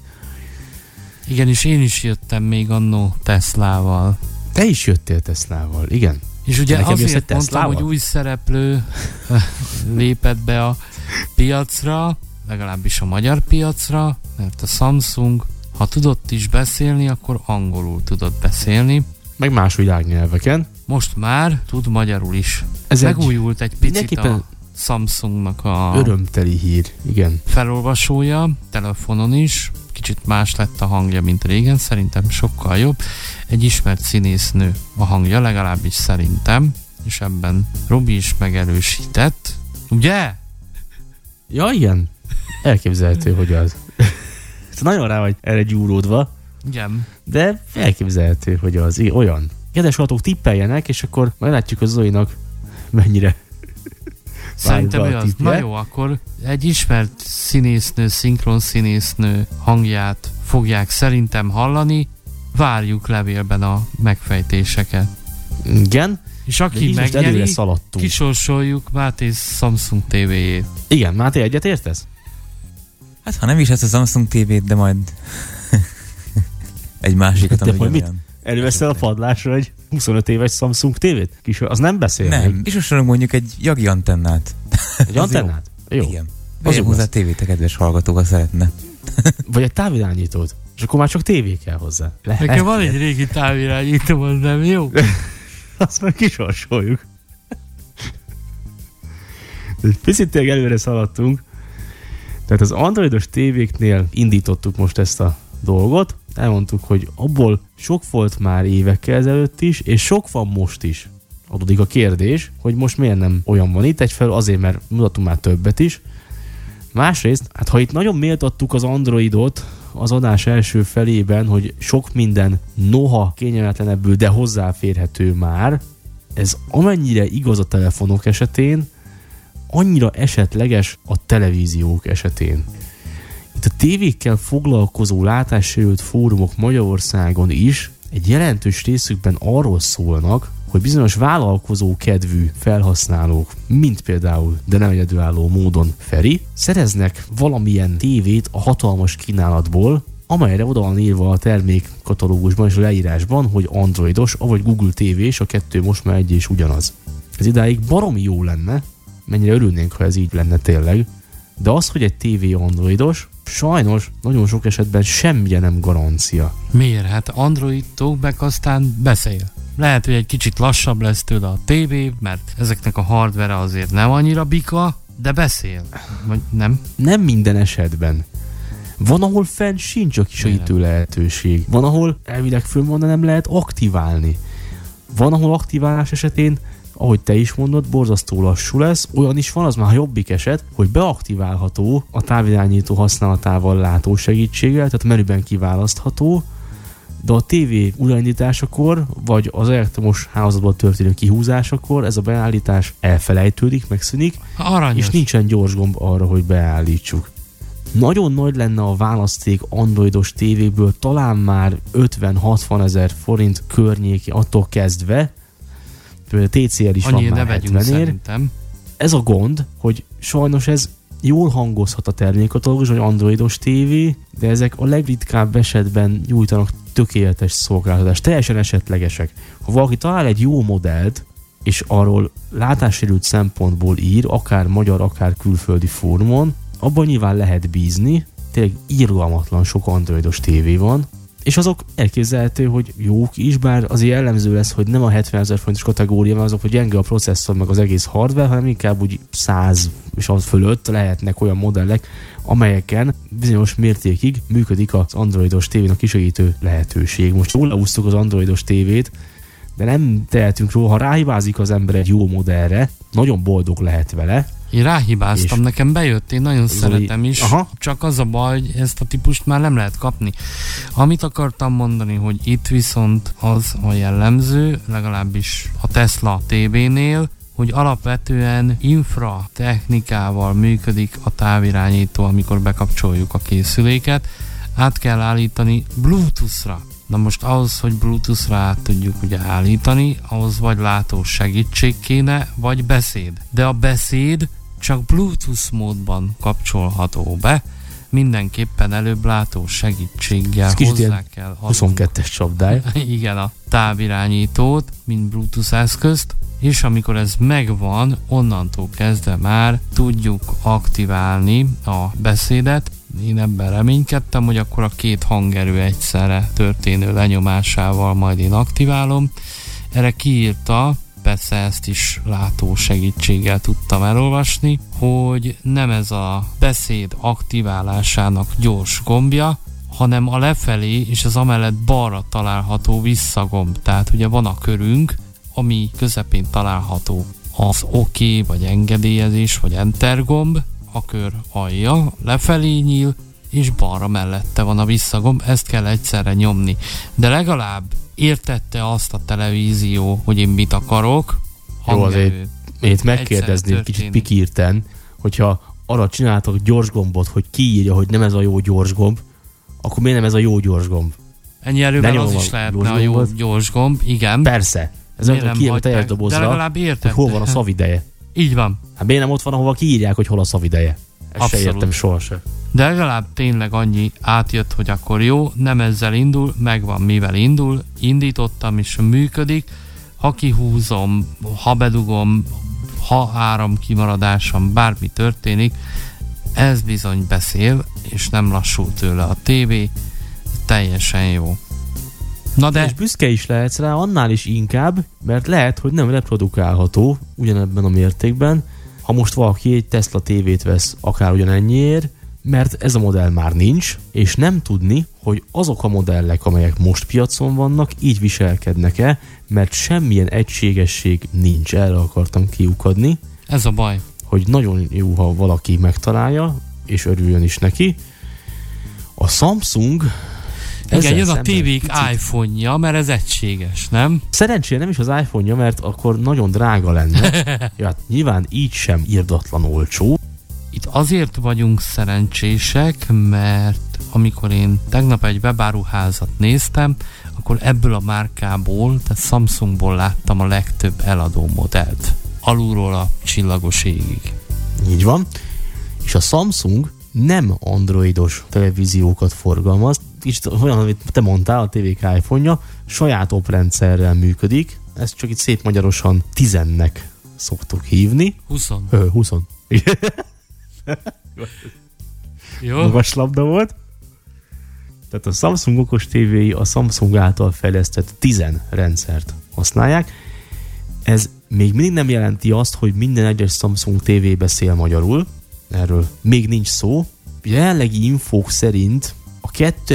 Igen, és én is jöttem még annó Teslával. Te is jöttél Teslával, igen. És ugye azért mondtam, hogy új szereplő lépett be a piacra, legalábbis a magyar piacra, mert a Samsung, ha tudott is beszélni, akkor angolul tudott beszélni. Meg más világnyelveken. Most már tud magyarul is. Ez megújult egy picit a Samsungnak a örömteli hír, igen. Felolvasója, telefonon is. Kicsit más lett a hangja, mint régen, szerintem sokkal jobb. Egy ismert színésznő a hangja, legalábbis szerintem, és ebben Robi is megerősített. Ugye? Ja, igen. Elképzelhető, hogy az. Nagyon rá vagy erre gyúródva. Igen. De elképzelhető, hogy az olyan. Kedves hallgatók, tippeljenek, és akkor majd látjuk a Zoinak mennyire Szerintem ő az. Na jó, akkor egy ismert színésznő, szinkron színésznő hangját fogják szerintem hallani. Várjuk levélben a megfejtéseket. Igen. És aki megnyeri, szaladtunk. kisorsoljuk Máté Samsung TV-jét. Igen, Máté, egyet értesz? Hát ha nem is ezt a Samsung TV-t, de majd egy másikat, de majd mit? Előveszel a padlásra egy 25 éves Samsung TV-t? Az nem beszél? Nem, kisorsolunk mondjuk egy Jagi antennát. Egy antennát? Jó. Igen. Vegyem hozzá tévét, a kedves hallgatóval szeretne. Vagy egy távirányítót. És akkor már csak tévé kell hozzá. Lehet. Nekem van egy régi távirányító, az nem jó? Azt már kisorsoljuk. Picit tényleg előre szaladtunk. Tehát az androidos tévéknél indítottuk most ezt a dolgot. Elmondtuk, hogy abból sok volt már évekkel ezelőtt is, és sok van most is. Adódik a kérdés, hogy most miért nem olyan van itt. Egyfelől azért, mert mutatunk már többet is. Másrészt, hát ha itt nagyon méltattuk az Androidot az adás első felében, hogy sok minden noha kényelmetlenebbül, de hozzáférhető már, ez amennyire igaz a telefonok esetén, annyira esetleges a televíziók esetén. Itt a tévékkel foglalkozó látássérült fórumok Magyarországon is egy jelentős részükben arról szólnak, hogy bizonyos vállalkozó kedvű felhasználók, mint például, de nem egyedülálló módon Feri, szereznek valamilyen tévét a hatalmas kínálatból, amelyre oda van írva a termékkatalógusban és a leírásban, hogy androidos, avagy Google TV-s, a kettő most már egy és ugyanaz. Ez idáig baromi jó lenne, mennyire örülnénk, ha ez így lenne tényleg, de az, hogy egy tévé androidos, sajnos nagyon sok esetben semmilyen nem garancia. Miért? Hát androidtól meg aztán beszél. Lehet, hogy egy kicsit lassabb lesz tőle a tévé, mert ezeknek a hardware azért nem annyira bika, de beszél. Vagy nem? Nem minden esetben. Van, ahol fenn sincs a kisegítő lehetőség. Van, ahol elvileg fönn van, de nem lehet aktiválni. Van, ahol aktiválás esetén, ahogy te is mondod, borzasztó lassú lesz. Olyan is van, az már jobbik eset, hogy beaktiválható a távirányító használatával látósegítséggel, tehát menüben kiválasztható, de a tévé újraindításakor, vagy az elektromos hálózatból történő kihúzásakor ez a beállítás elfelejtődik, megszűnik, aranyos. És nincsen gyors gomb arra, hogy beállítsuk. Nagyon nagy lenne a választék androidos tévéből, talán már 50-60 ezer forint környéki attól kezdve, például a TCL is annyi van már 70-ér. Ez a gond, hogy sajnos ez jól hangozhat a termékkatalógus, hogy androidos tévé, de ezek a legritkább esetben nyújtanak tökéletes szolgáltatást, teljesen esetlegesek. Ha valaki talál egy jó modellt, és arról látássérült szempontból ír, akár magyar, akár külföldi fórumon, abban nyilván lehet bízni, tényleg irgalmatlan sok androidos tévé van, és azok elképzelhető, hogy jók is, bár azért jellemző lesz, hogy nem a 70 000 forintos kategória, mert azok, hogy gyenge a processzor, meg az egész hardware, hanem inkább úgy 100 és az fölött lehetnek olyan modellek, amelyeken bizonyos mértékig működik az androidos tévének kisegítő lehetőség. Most jól leúsztuk az androidos tévét, de nem tehetünk róla, ha ráhibázik az ember egy jó modellre, nagyon boldog lehet vele. Én ráhibáztam, nekem bejött, én nagyon szeretem is, csak az a baj, hogy ezt a típust már nem lehet kapni. Amit akartam mondani, hogy itt viszont az a jellemző, legalábbis a Tesla TV-nél, hogy alapvetően infratechnikával működik a távirányító, amikor bekapcsoljuk a készüléket, át kell állítani Bluetooth-ra. Na most ahhoz, hogy Bluetooth-ra át tudjuk ugye állítani, ahhoz vagy látós segítség kéne, vagy beszéd. De a beszéd csak Bluetooth módban kapcsolható be, mindenképpen előbb látós segítséggel hozzá kell adnunk. 22-es csapdály. Igen, a távirányítót, mint Bluetooth eszközt, és amikor ez megvan, onnantól kezdve már tudjuk aktiválni a beszédet. Én ebben reménykedtem, hogy akkor a két hangerő egyszerre történő lenyomásával majd én aktiválom. Erre kiírta, persze ezt is látó segítséggel tudtam elolvasni, hogy nem ez a beszéd aktiválásának gyors gombja, hanem a lefelé és az amellett balra található visszagomb. Tehát ugye van a körünk, ami közepén található az OK, vagy engedélyezés, vagy Enter gomb, a kör alja, lefelé nyíl, és balra mellette van a visszagomb, ezt kell egyszerre nyomni. De legalább értette azt a televízió, hogy én mit akarok. Jó, azért én megkérdezni kicsit pikírten, hogyha arra csináltak gyors gombot, hogy kiírja, hogy nem ez a jó gyors gomb, akkor miért nem ez a jó gyors gomb? Ennyi erővel az is lehetne a jó gyors gomb, igen. Persze. Ez nem kiírja teljes dobozra, hogy hol van a szavideje. Így van. Hát miért nem ott van, ahova kiírják, hogy hol a szavideje? Ezt se értem sohasem. De legalább tényleg annyi átjött, hogy akkor jó, nem ezzel indul, megvan mivel indul, indítottam és működik, ha kihúzom, ha bedugom, ha áram kimaradásom, bármi történik, ez bizony beszél, és nem lassul tőle a tévé, teljesen jó. Na de... És büszke is lehetsz rá, annál is inkább, mert lehet, hogy nem reprodukálható ugyanebben a mértékben, ha most valaki egy Tesla tévét vesz akár ugyanennyiért, mert ez a modell már nincs, és nem tudni, hogy azok a modellek, amelyek most piacon vannak, így viselkednek-e, mert semmilyen egységesség nincs, erre akartam kiukadni. Ez a baj. Hogy nagyon jó, ha valaki megtalálja, és örüljön is neki. A Samsung... Igen, jön a tévék iPhone-ja, mert ez egységes, nem? Szerencsére nem is az iPhone-ja, mert akkor nagyon drága lenne. Ja, hát nyilván így sem irdatlan olcsó. Itt azért vagyunk szerencsések, mert amikor én tegnap egy webáruházat néztem, akkor ebből a márkából, tehát Samsungból láttam a legtöbb eladó modellt. Alulról a csillagos égig. Így van. És a Samsung nem androidos televíziókat forgalmaz. Kicsit olyan, amit te mondtál, a TVK iPhone-ja saját oprendszerrel működik. Ezt csak itt szép magyarosan 10-nek szoktuk hívni. 20. 20. Jó. Magas labda volt. Tehát a Samsung okos tévéi a Samsung által fejlesztett 10 rendszert használják. Ez még mindig nem jelenti azt, hogy minden egyes Samsung TV beszél magyarul. Erről még nincs szó. Jelenlegi infók szerint a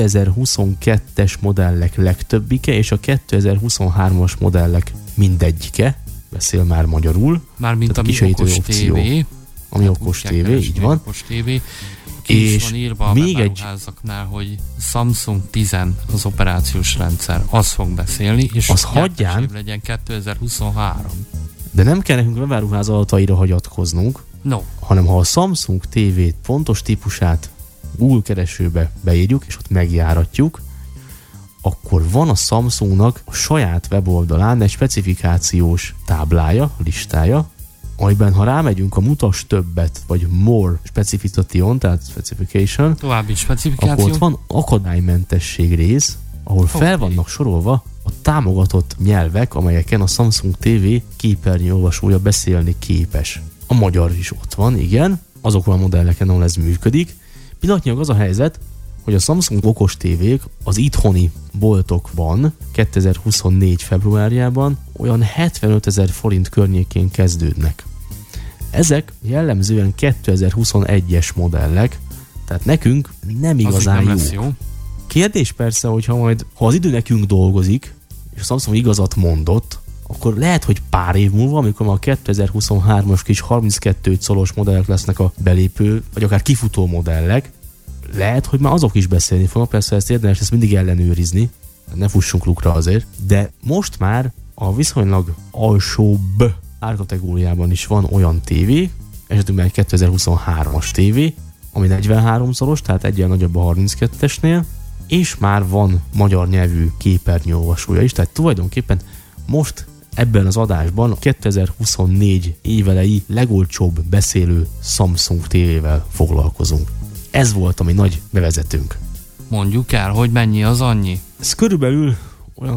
2022-es modellek legtöbbike és a 2023-as modellek mindegyike beszél már magyarul. Mármint a mi okos tévé. Ami okos tévé, így van. Okos tévé. Ki is van írva a webáruházaknál, hogy Samsung 10 az operációs rendszer. Az fog beszélni, és az hagyján legyen 2023. De nem kell nekünk webáruház adataira hagyatkoznunk, hanem ha a Samsung TV-t pontos típusát Google keresőbe beírjuk, és ott megjáratjuk, akkor van a Samsungnak a saját weboldalán egy specifikációs táblája, listája, amiben ha rámegyünk a mutas többet, vagy more specification, tehát specification, további specifikáció, akkor ott van akadálymentesség rész, ahol fel vannak sorolva a támogatott nyelvek, amelyeken a Samsung TV képernyőolvasója beszélni képes. A magyar is ott van, igen, azokon a modelleken, ahol ez működik. Pillanatnyilag az a helyzet, hogy a Samsung okos tévék az itthoni boltokban 2024 februárjában olyan 75 000 forint környékén kezdődnek. Ezek jellemzően 2021-es modellek, tehát nekünk nem igazán jó. Kérdés persze, hogyha majd, ha az idő nekünk dolgozik, és a Samsung igazat mondott, akkor lehet, hogy pár év múlva, amikor a 2023-as kis 32 colos modellek lesznek a belépő, vagy akár kifutó modellek, lehet, hogy már azok is beszélni fognak, persze ezt érdemes ezt mindig ellenőrizni, ne fussunk lukra azért, de most már a viszonylag alsóbb árkategóriában is van olyan tévé, esetünkben egy 2023-as tévé, ami 43 szoros, tehát egyen nagyobb a 32-esnél, és már van magyar nyelvű képernyőolvasója is, tehát tulajdonképpen most ebben az adásban a 2024 évelei legolcsóbb beszélő Samsung tévével foglalkozunk. Ez volt a mi nagy bevezetőnk. Mondjuk el, hogy mennyi az annyi? Ez körülbelül olyan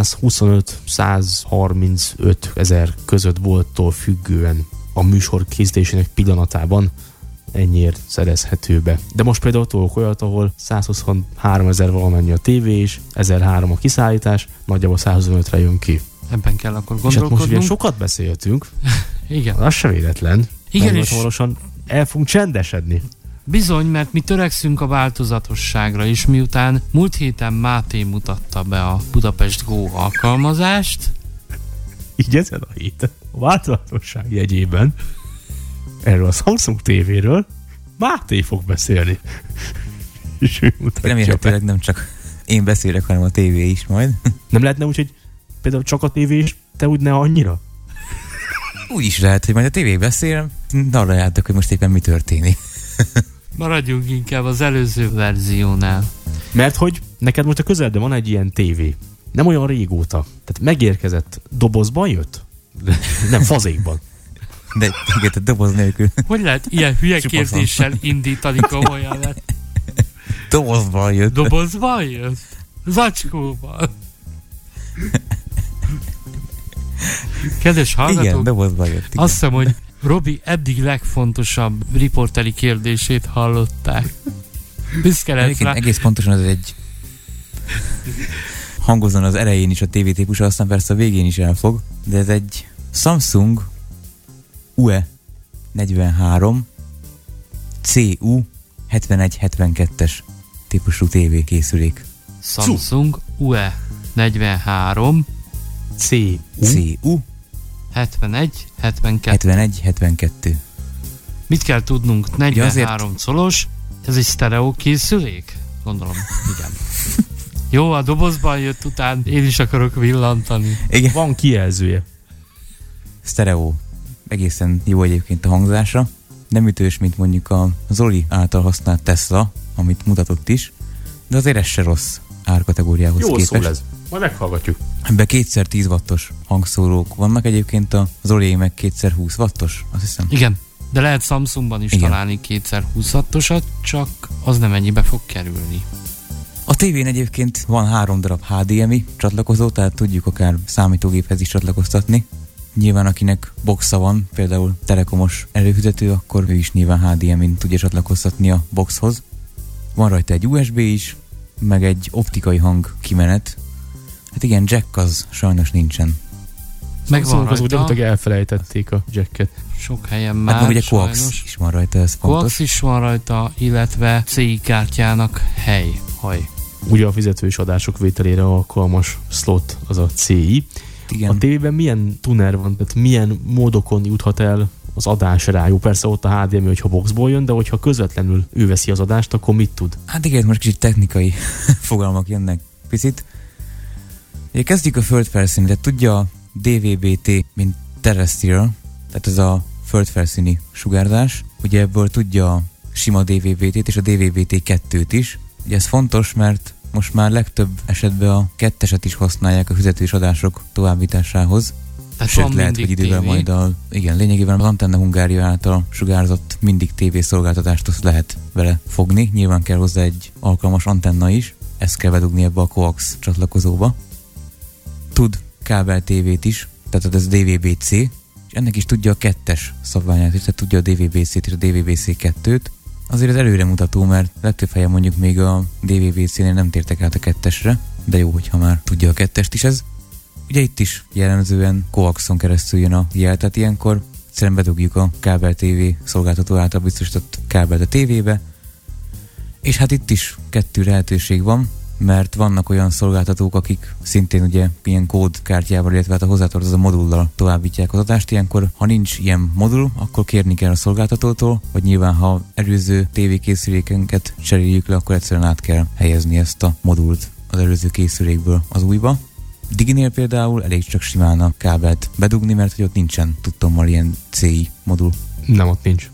125-135 ezer között volttól függően a műsor készítésének pillanatában ennyiért szerezhető be. De most például tudok olyat, ahol 123 ezer valamennyi a tévé és 1003 a kiszállítás, nagyjából 125-re jön ki. Ebben kell akkor gondolkodnunk. És hát most ugye sokat beszéltünk. Igen. Az se véletlen. Igen, és hamarosan el fogunk csendesedni. Bizony, mert mi törekszünk a változatosságra is, miután múlt héten Máté mutatta be a Budapest Go alkalmazást. Így ezen a héten a változatosság jegyében erről a Samsung TV-ről Máté fog beszélni. És ő mutatja Remélhetőleg be. nem csak én beszélek, hanem a tévé is majd. Nem lehetne úgy, hogy például csak a tévé is, te úgy ne annyira? Úgy is lehet, hogy majd a tévé beszél, arra jártak, hogy most éppen mi történik. Maradjunk inkább az előző verziónál. Mert hogy neked most a közelben van egy ilyen tévé. Nem olyan régóta. Tehát megérkezett. Dobozban jött? Nem, fazékban. De igen, a doboz nélkül. Hogy lehet ilyen hülye Csupaszon. kérdéssel indítani komolyan? Dobozban jött. Dobozban jött? Zacskóban. Kedves Igen, hallgatók, dobozban jött. Igen. azt hiszem, hogy Robi eddig legfontosabb riporteri kérdését hallották. Büszke lesz Egyébként rá. egész pontosan ez egy hangozzon az elején is a TV típusa, aztán persze a végén is elfog, de ez egy Samsung UE 43 CU 7172-es típusú TV készülék. Samsung UE 43 CU. CU 71-72. Mit kell tudnunk? 43 colos. Ez egy sztereó készülék? Gondolom, igen. Jó, a dobozban jött után én is akarok villantani. Igen. Van kijelzője. Stereo. Egészen jó egyébként a hangzása. Nem ütős, mint mondjuk a Zoli által használt Tesla, amit mutatott is, de azért ez se rossz árkategóriához Jó képest. szól ez. Majd meghallgatjuk. Ebben 2x10 wattos hangszórók vannak egyébként, a Zoli meg 2x20 wattos, azt hiszem. Igen, de lehet Samsungban is Igen. találni 2x20 wattosat, csak az nem ennyibe fog kerülni. A tévén egyébként van 3 darab HDMI csatlakozó, tehát tudjuk akár számítógéphez is csatlakoztatni. Nyilván akinek boxa van, például telekomos előfizető, akkor ő is nyilván HDMI-n tudja csatlakoztatni a boxhoz. Van rajta egy USB is, meg egy optikai hang kimenet. Hát igen, jack az sajnos nincsen. Meg van Szóval az úgy rajta, gyakorlatilag elfelejtették a jacket. sok helyen Hát már meg ugye coax sajnos. is van rajta, ez fontos. Coax is van rajta, illetve CI kártyának haj. Ugye a fizetős adások vételére alkalmas slot az a CI. Igen. A tévében milyen tuner van, tehát milyen módokon juthat el az adás rá? Jó, persze ott a HDMI, hogyha boxból jön, de hogyha közvetlenül ő veszi az adást, akkor mit tud? Hát igen, most kicsit technikai fogalmak jönnek picit. Ugye kezdjük a földfelszíni, tehát tudja a DVB-T, mint terrestrial, tehát ez a földfelszíni sugárzás. Ugye ebből tudja a sima DVB-T-t és a DVB-T2-t is. Ugye ez fontos, mert most már legtöbb esetben a ketteset is használják a fizetős adások továbbításához. Tehát Sőt, van lehet, hogy mindig idővel tévé. majd igen, lényegében az Antenna Hungária által sugárzott mindig tévészolgáltatást azt lehet vele fogni. Nyilván kell hozzá egy alkalmas antenna is, ezt kell bedugni ebbe a coax csatlakozóba. Tud kábel tévét is, tehát ez DVB-C, és ennek is tudja a kettes szabványát is, tehát tudja a DVB-C-t és a DVB-C2-t. Azért ez előremutató, mert legtöbb helyen mondjuk még a DVB-C-nél nem tértek át a kettesre, de jó, hogyha már tudja a kettest is ez. Ugye itt is jellemzően coaxon keresztül jön a jel, tehát ilyenkor egyszerűen bedugjuk a kábel TV szolgáltató által biztosított kábelt a tévébe, és hát itt is 2 lehetőség van, mert vannak olyan szolgáltatók, akik szintén ugye ilyen kódkártyával, illetve hát a hozzátartozó modullal továbbítják az adást. Ilyenkor, ha nincs ilyen modul, akkor kérni kell a szolgáltatótól, vagy nyilván, ha előző tévékészülékenket cseréljük le, akkor egyszerűen át kell helyezni ezt a modult az előző készülékből az újba. Diginél például elég csak simán a kábelt bedugni, mert hogy ott nincsen tudtommal ilyen CI modul. Nem, ott nincs.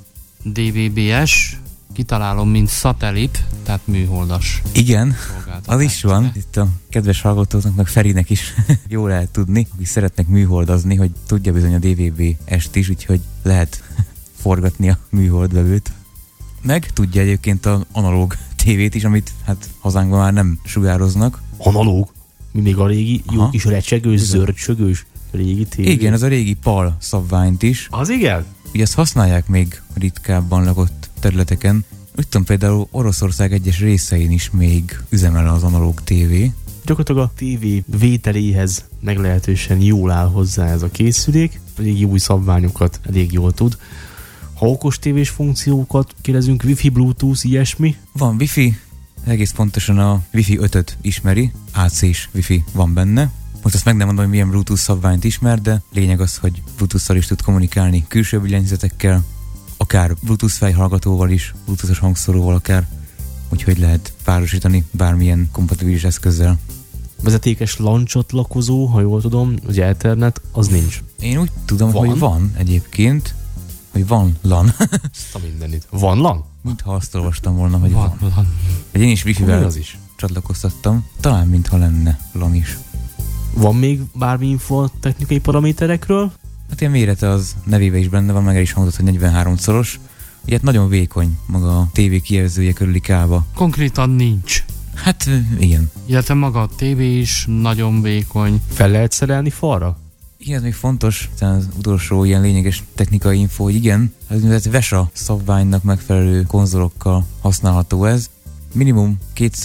DVB-S, kitalálom, mint szatellit, tehát műholdas Igen, szolgáltatás. az is van. Itt a kedves hallgatóknak, meg Ferinek is jól lehet tudni, akik szeretnek műholdazni, hogy tudja bizony a DVB-est is, úgyhogy lehet forgatni a műholdvevőt. Meg tudja egyébként az analóg tévét is, amit hát hazánkban már nem sugároznak. Analóg. Mi még a régi, jó Aha. kis recsegős, zöldcsögős régi tévé. Igen, az a régi PAL szabványt is. Az igen? Ugye ezt használják még ritkábban lakott területeken. Úgy tudom, például Oroszország egyes részein is még üzemel az analóg tévé. Gyakorlatilag a tévé vételéhez meglehetősen jól áll hozzá ez a készülék. Elég új szabványokat elég jól tud. Ha okos tévés funkciókat kérdezünk, Wi-Fi, Bluetooth, ilyesmi? Van Wi-Fi, egész pontosan a Wi-Fi 5-öt ismeri, AC-s Wi-Fi van benne. Most azt meg nem mondom, hogy milyen Bluetooth szabványt ismer, de lényeg az, hogy Bluetooth-szal is tud kommunikálni külső billentyűzetekkel. akár Bluetooth fejhallgatóval is, Bluetooth-os hangszóróval akár, úgyhogy lehet párosítani bármilyen kompatibilis eszközzel. Vezetékes LAN-csatlakozó, ha jól tudom, ugye Ethernet, az nincs. Én úgy tudom, hogy van egyébként, hogy van LAN. Azt a mindenit. Van LAN? Mintha azt olvastam volna, hogy van. LAN. Vagy én is wifi-vel az is csatlakoztattam, talán mintha lenne LAN is. Van még bármi info a technikai paraméterekről? Hát ilyen mérete az nevébe is benne van, meg el is hangzott, hogy 43 szoros. Ugye hát nagyon vékony maga a tévé kijelzője körüli kába. Konkrétan nincs. Hát igen. Illetve maga a tévé is nagyon vékony. Fel lehet szerelni falra? Igen, ez még fontos, aztán az utolsó ilyen lényeges technikai info, hogy igen, az úgynevezett VESA szabványnak megfelelő konzolokkal használható ez. Minimum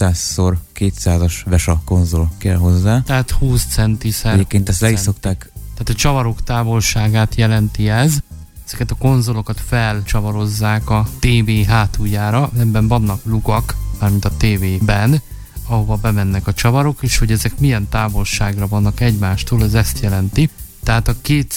200x200-as VESA konzol kell hozzá. Tehát 20 centiszer. Egyébként ezt le is szokták. Tehát a csavarok távolságát jelenti ez. Ezeket a konzolokat felcsavarozzák a TV hátuljára. Ebben vannak lukak, mármint a tévében, ahova bemennek a csavarok, és hogy ezek milyen távolságra vannak egymástól, ez ezt jelenti. Tehát a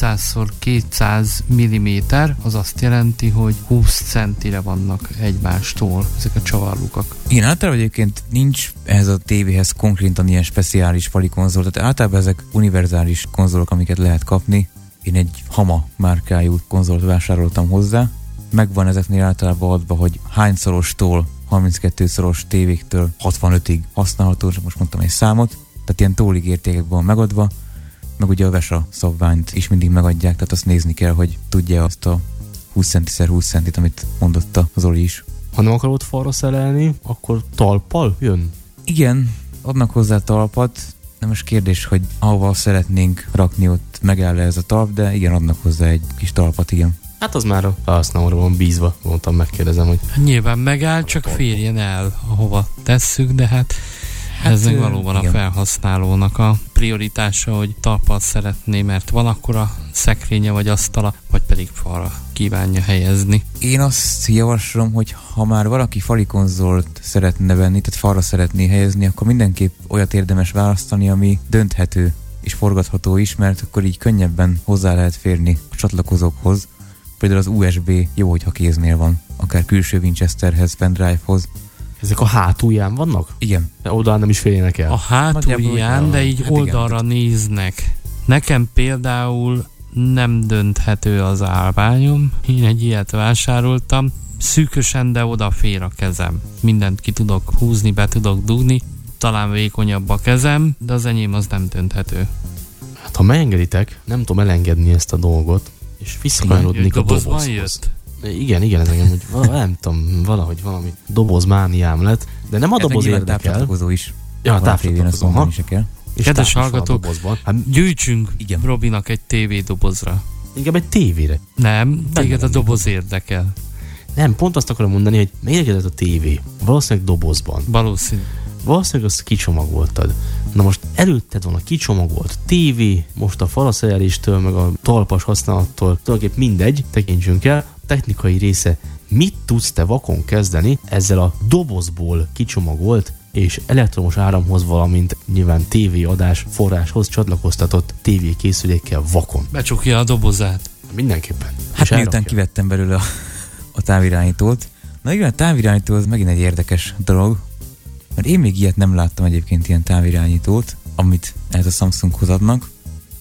200x200 mm az azt jelenti, hogy 20 centire vannak egymástól ezek a csavarlukak. Igen, általában egyébként nincs ehhez a tévéhez konkrétan ilyen speciális fali konzol, tehát általában ezek univerzális konzolok, amiket lehet kapni. Én egy Hama márkájú konzolt vásároltam hozzá. Megvan ezeknél általában adva, hogy hány szorostól, 32 szoros tévéktől 65-ig használható, csak most mondtam egy számot, tehát ilyen tólig értékek van megadva, meg ugye a VESA szabványt is mindig megadják, tehát azt nézni kell, hogy tudja azt a 20 cm x 20 centit, amit mondotta az Oli is. Ha nem akarod falra szerelni, akkor talppal jön? Igen, adnak hozzá talpat, de most kérdés, hogy ahova szeretnénk rakni, ott megáll ez a talp, de igen, adnak hozzá egy kis talpat, igen. Hát az már a felhasználóra van bízva, mondtam, megkérdezem, hogy... Nyilván megáll, csak férjen el, ahova tesszük, de hát ez meg valóban igen. A felhasználónak a prioritása, hogy talpal szeretné, mert van akkora szekrénye vagy asztala, vagy pedig falra kívánja helyezni. Én azt javaslom, hogy ha már valaki fali konzolt szeretne venni, tehát falra szeretné helyezni, akkor mindenképp olyat érdemes választani, ami dönthető és forgatható is, mert akkor így könnyebben hozzá lehet férni a csatlakozókhoz. Például az USB jó, hogyha kéznél van, akár külső Winchesterhez, pendrive-hoz. Ezek a hátulján vannak? Igen. De oldal nem is férjenek el? A hátulján, de így hát oldalra igen. Néznek. Nekem például nem dönthető az állványom. Én egy ilyet vásároltam. Szűkösen, de odafér a kezem. Mindent ki tudok húzni, be tudok dugni. Talán vékonyabb a kezem, de az enyém az nem dönthető. Hát ha megengeditek, nem tudom elengedni ezt a dolgot, és visszakanyarodnék a dobozhoz. Jött? Igen, ez engem, hogy nem tudom, valahogy valami dobozmániám lett, de nem a doboz érdekel. Tápcsatlakozó is. Ja, a tápcsatlakozó. És kedves hallgatók, gyűjtsünk igen. Robinak egy tévédobozra. Inkább egy tévére. Nem, téged a doboz érdekel. Nem, pont azt akarom mondani, hogy megérkezett a tévé. Valószínűleg dobozban. Valószínűleg azt kicsomagoltad. Na most előtted van a kicsomagolt tévé, most a falaszereléstől, meg a talpas használattól, tulajdonképpen mindegy, tekintsünk el, technikai része. Mit tudsz te vakon kezdeni ezzel a dobozból kicsomagolt és elektromos áramhoz, valamint nyilván tévéadás forráshoz csatlakoztatott tévékészülékkel vakon? Becsukja a dobozát. Mindenképpen. Hát miután kivettem belőle a távirányítót. Na igen, a távirányító az megint egy érdekes dolog, mert én még ilyet nem láttam egyébként, ilyen távirányítót, amit ez a Samsunghoz adnak.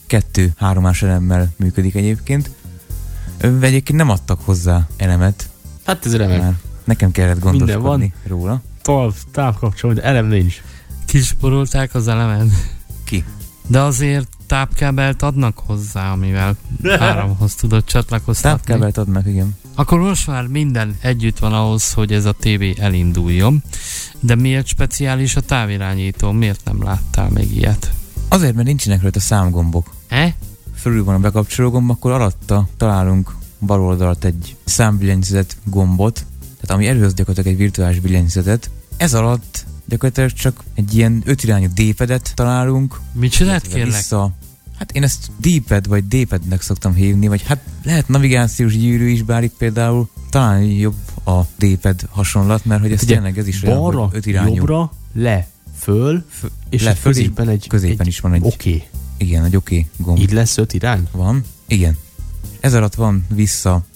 2-3-ás elemmel működik egyébként. Egyébként nem adtak hozzá elemet. Hát ez remek. Már nekem kellett gondoskodni róla. Távkapcsoló, de elem nincs. Kisporolták az elemen. Ki? De azért tápkábelt adnak hozzá, amivel áramhoz tudod csatlakoztatni. Tápkábelt adnak, igen. Akkor most már minden együtt van ahhoz, hogy ez a tévé elinduljon. De miért speciális a távirányító? Miért nem láttál még ilyet? Azért, mert nincsenek rajta számgombok. Fölül van a bekapcsoló gomb, akkor alatta találunk bal oldalt egy számbillentyűzet gombot, tehát ami előhoz gyakorlatilag egy virtuális billentyűzetet. Ez alatt gyakorlatilag csak egy ilyen 5 irányú D-padet találunk. Mit csinált kérlek? Hát én ezt D-pad vagy D-padnek szoktam hívni, vagy hát lehet navigációs gyűrű is, bár itt például talán jobb a D-pad hasonlat, mert hogy ez tényleg ez is balra, olyan, 5 irányú. Jobbra, le, föl, és le, középen is van egy oké. Igen, egy oké gomb. Így lesz 5 irány? Van, igen. Ez alatt van vissza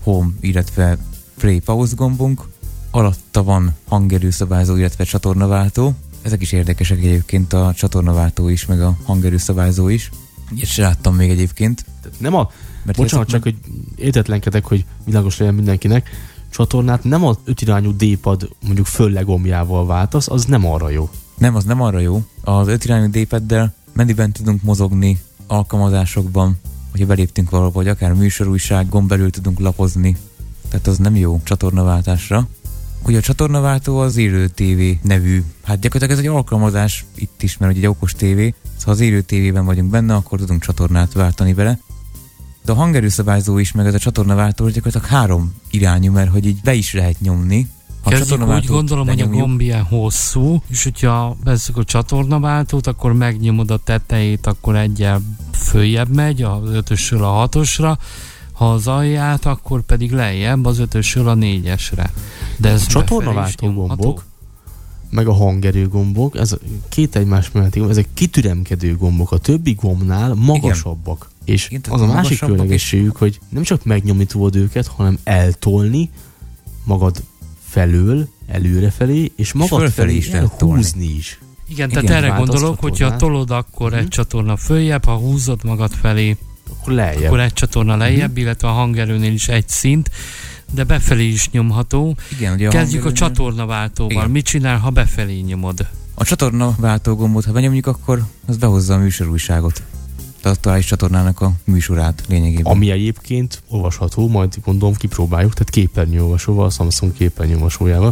home, illetve play pause gombunk, alatta van hangerőszabályzó, illetve csatornaváltó. Ezek is érdekesek egyébként, a csatornaváltó is, meg a hangerőszabályzó is. Ilyet se láttam még egyébként. Nem a... Bocsánat, csak hogy értetlenkedek, hogy világos legyen mindenkinek. Csatornát nem az 5 irányú D-pad mondjuk föllegombjával váltasz, az nem arra jó. Nem, az nem arra jó. Az 5 irányú D-paddel mennyiben tudunk mozogni alkalmazásokban, hogyha beléptünk valahol, vagy akár műsorújság gomb belül tudunk lapozni. Tehát az nem jó csatornaváltásra. Ugye a csatornaváltó az élő TV nevű, hát gyakorlatilag ez egy alkalmazás itt is, mert ugye egy okos tévé, ha az élő tévében vagyunk benne, akkor tudunk csatornát váltani vele. De a hangerőszabályzó is, meg ez a csatornaváltó gyakorlatilag 3 irányú, mert hogy így be is lehet nyomni. Kezdjük úgy gondolom, hogy a gomb ilyen hosszú, és hogyha veszük a csatornaváltót, akkor megnyomod a tetejét, akkor egyel följebb megy, az 5-ösről a 6-osra, ha az alját, akkor pedig lejjebb az 5-ösről a 4-esre. De ez a csatornaváltó gombok, meg a hangerő gombok, ez két egymás melletti gomb, ezek kitüremkedő gombok, a többi gombnál magasabbak. Igen. És igen, az a másik különlegességük, hogy nem csak megnyomni tudod őket, hanem eltolni magad felől, előrefelé, és magad felé is elhúzni is. Igen, tehát erre gondolok, hogyha tolod, akkor egy csatorna följebb, ha húzod magad felé, akkor egy csatorna lejjebb, illetve a hangerőnél is egy szint, de befelé is nyomható. Igen, ugye kezdjük a csatornaváltóval. Igen. Mit csinál, ha befelé nyomod? A csatornaváltó gombot, ha benyomjuk, akkor az behozza a műsorújságot. Az aktuális csatornának a műsorát lényegében. Ami egyébként olvasható, majd gondolom kipróbáljuk, tehát képernyőolvasóval, a Samsung képernyőolvasójával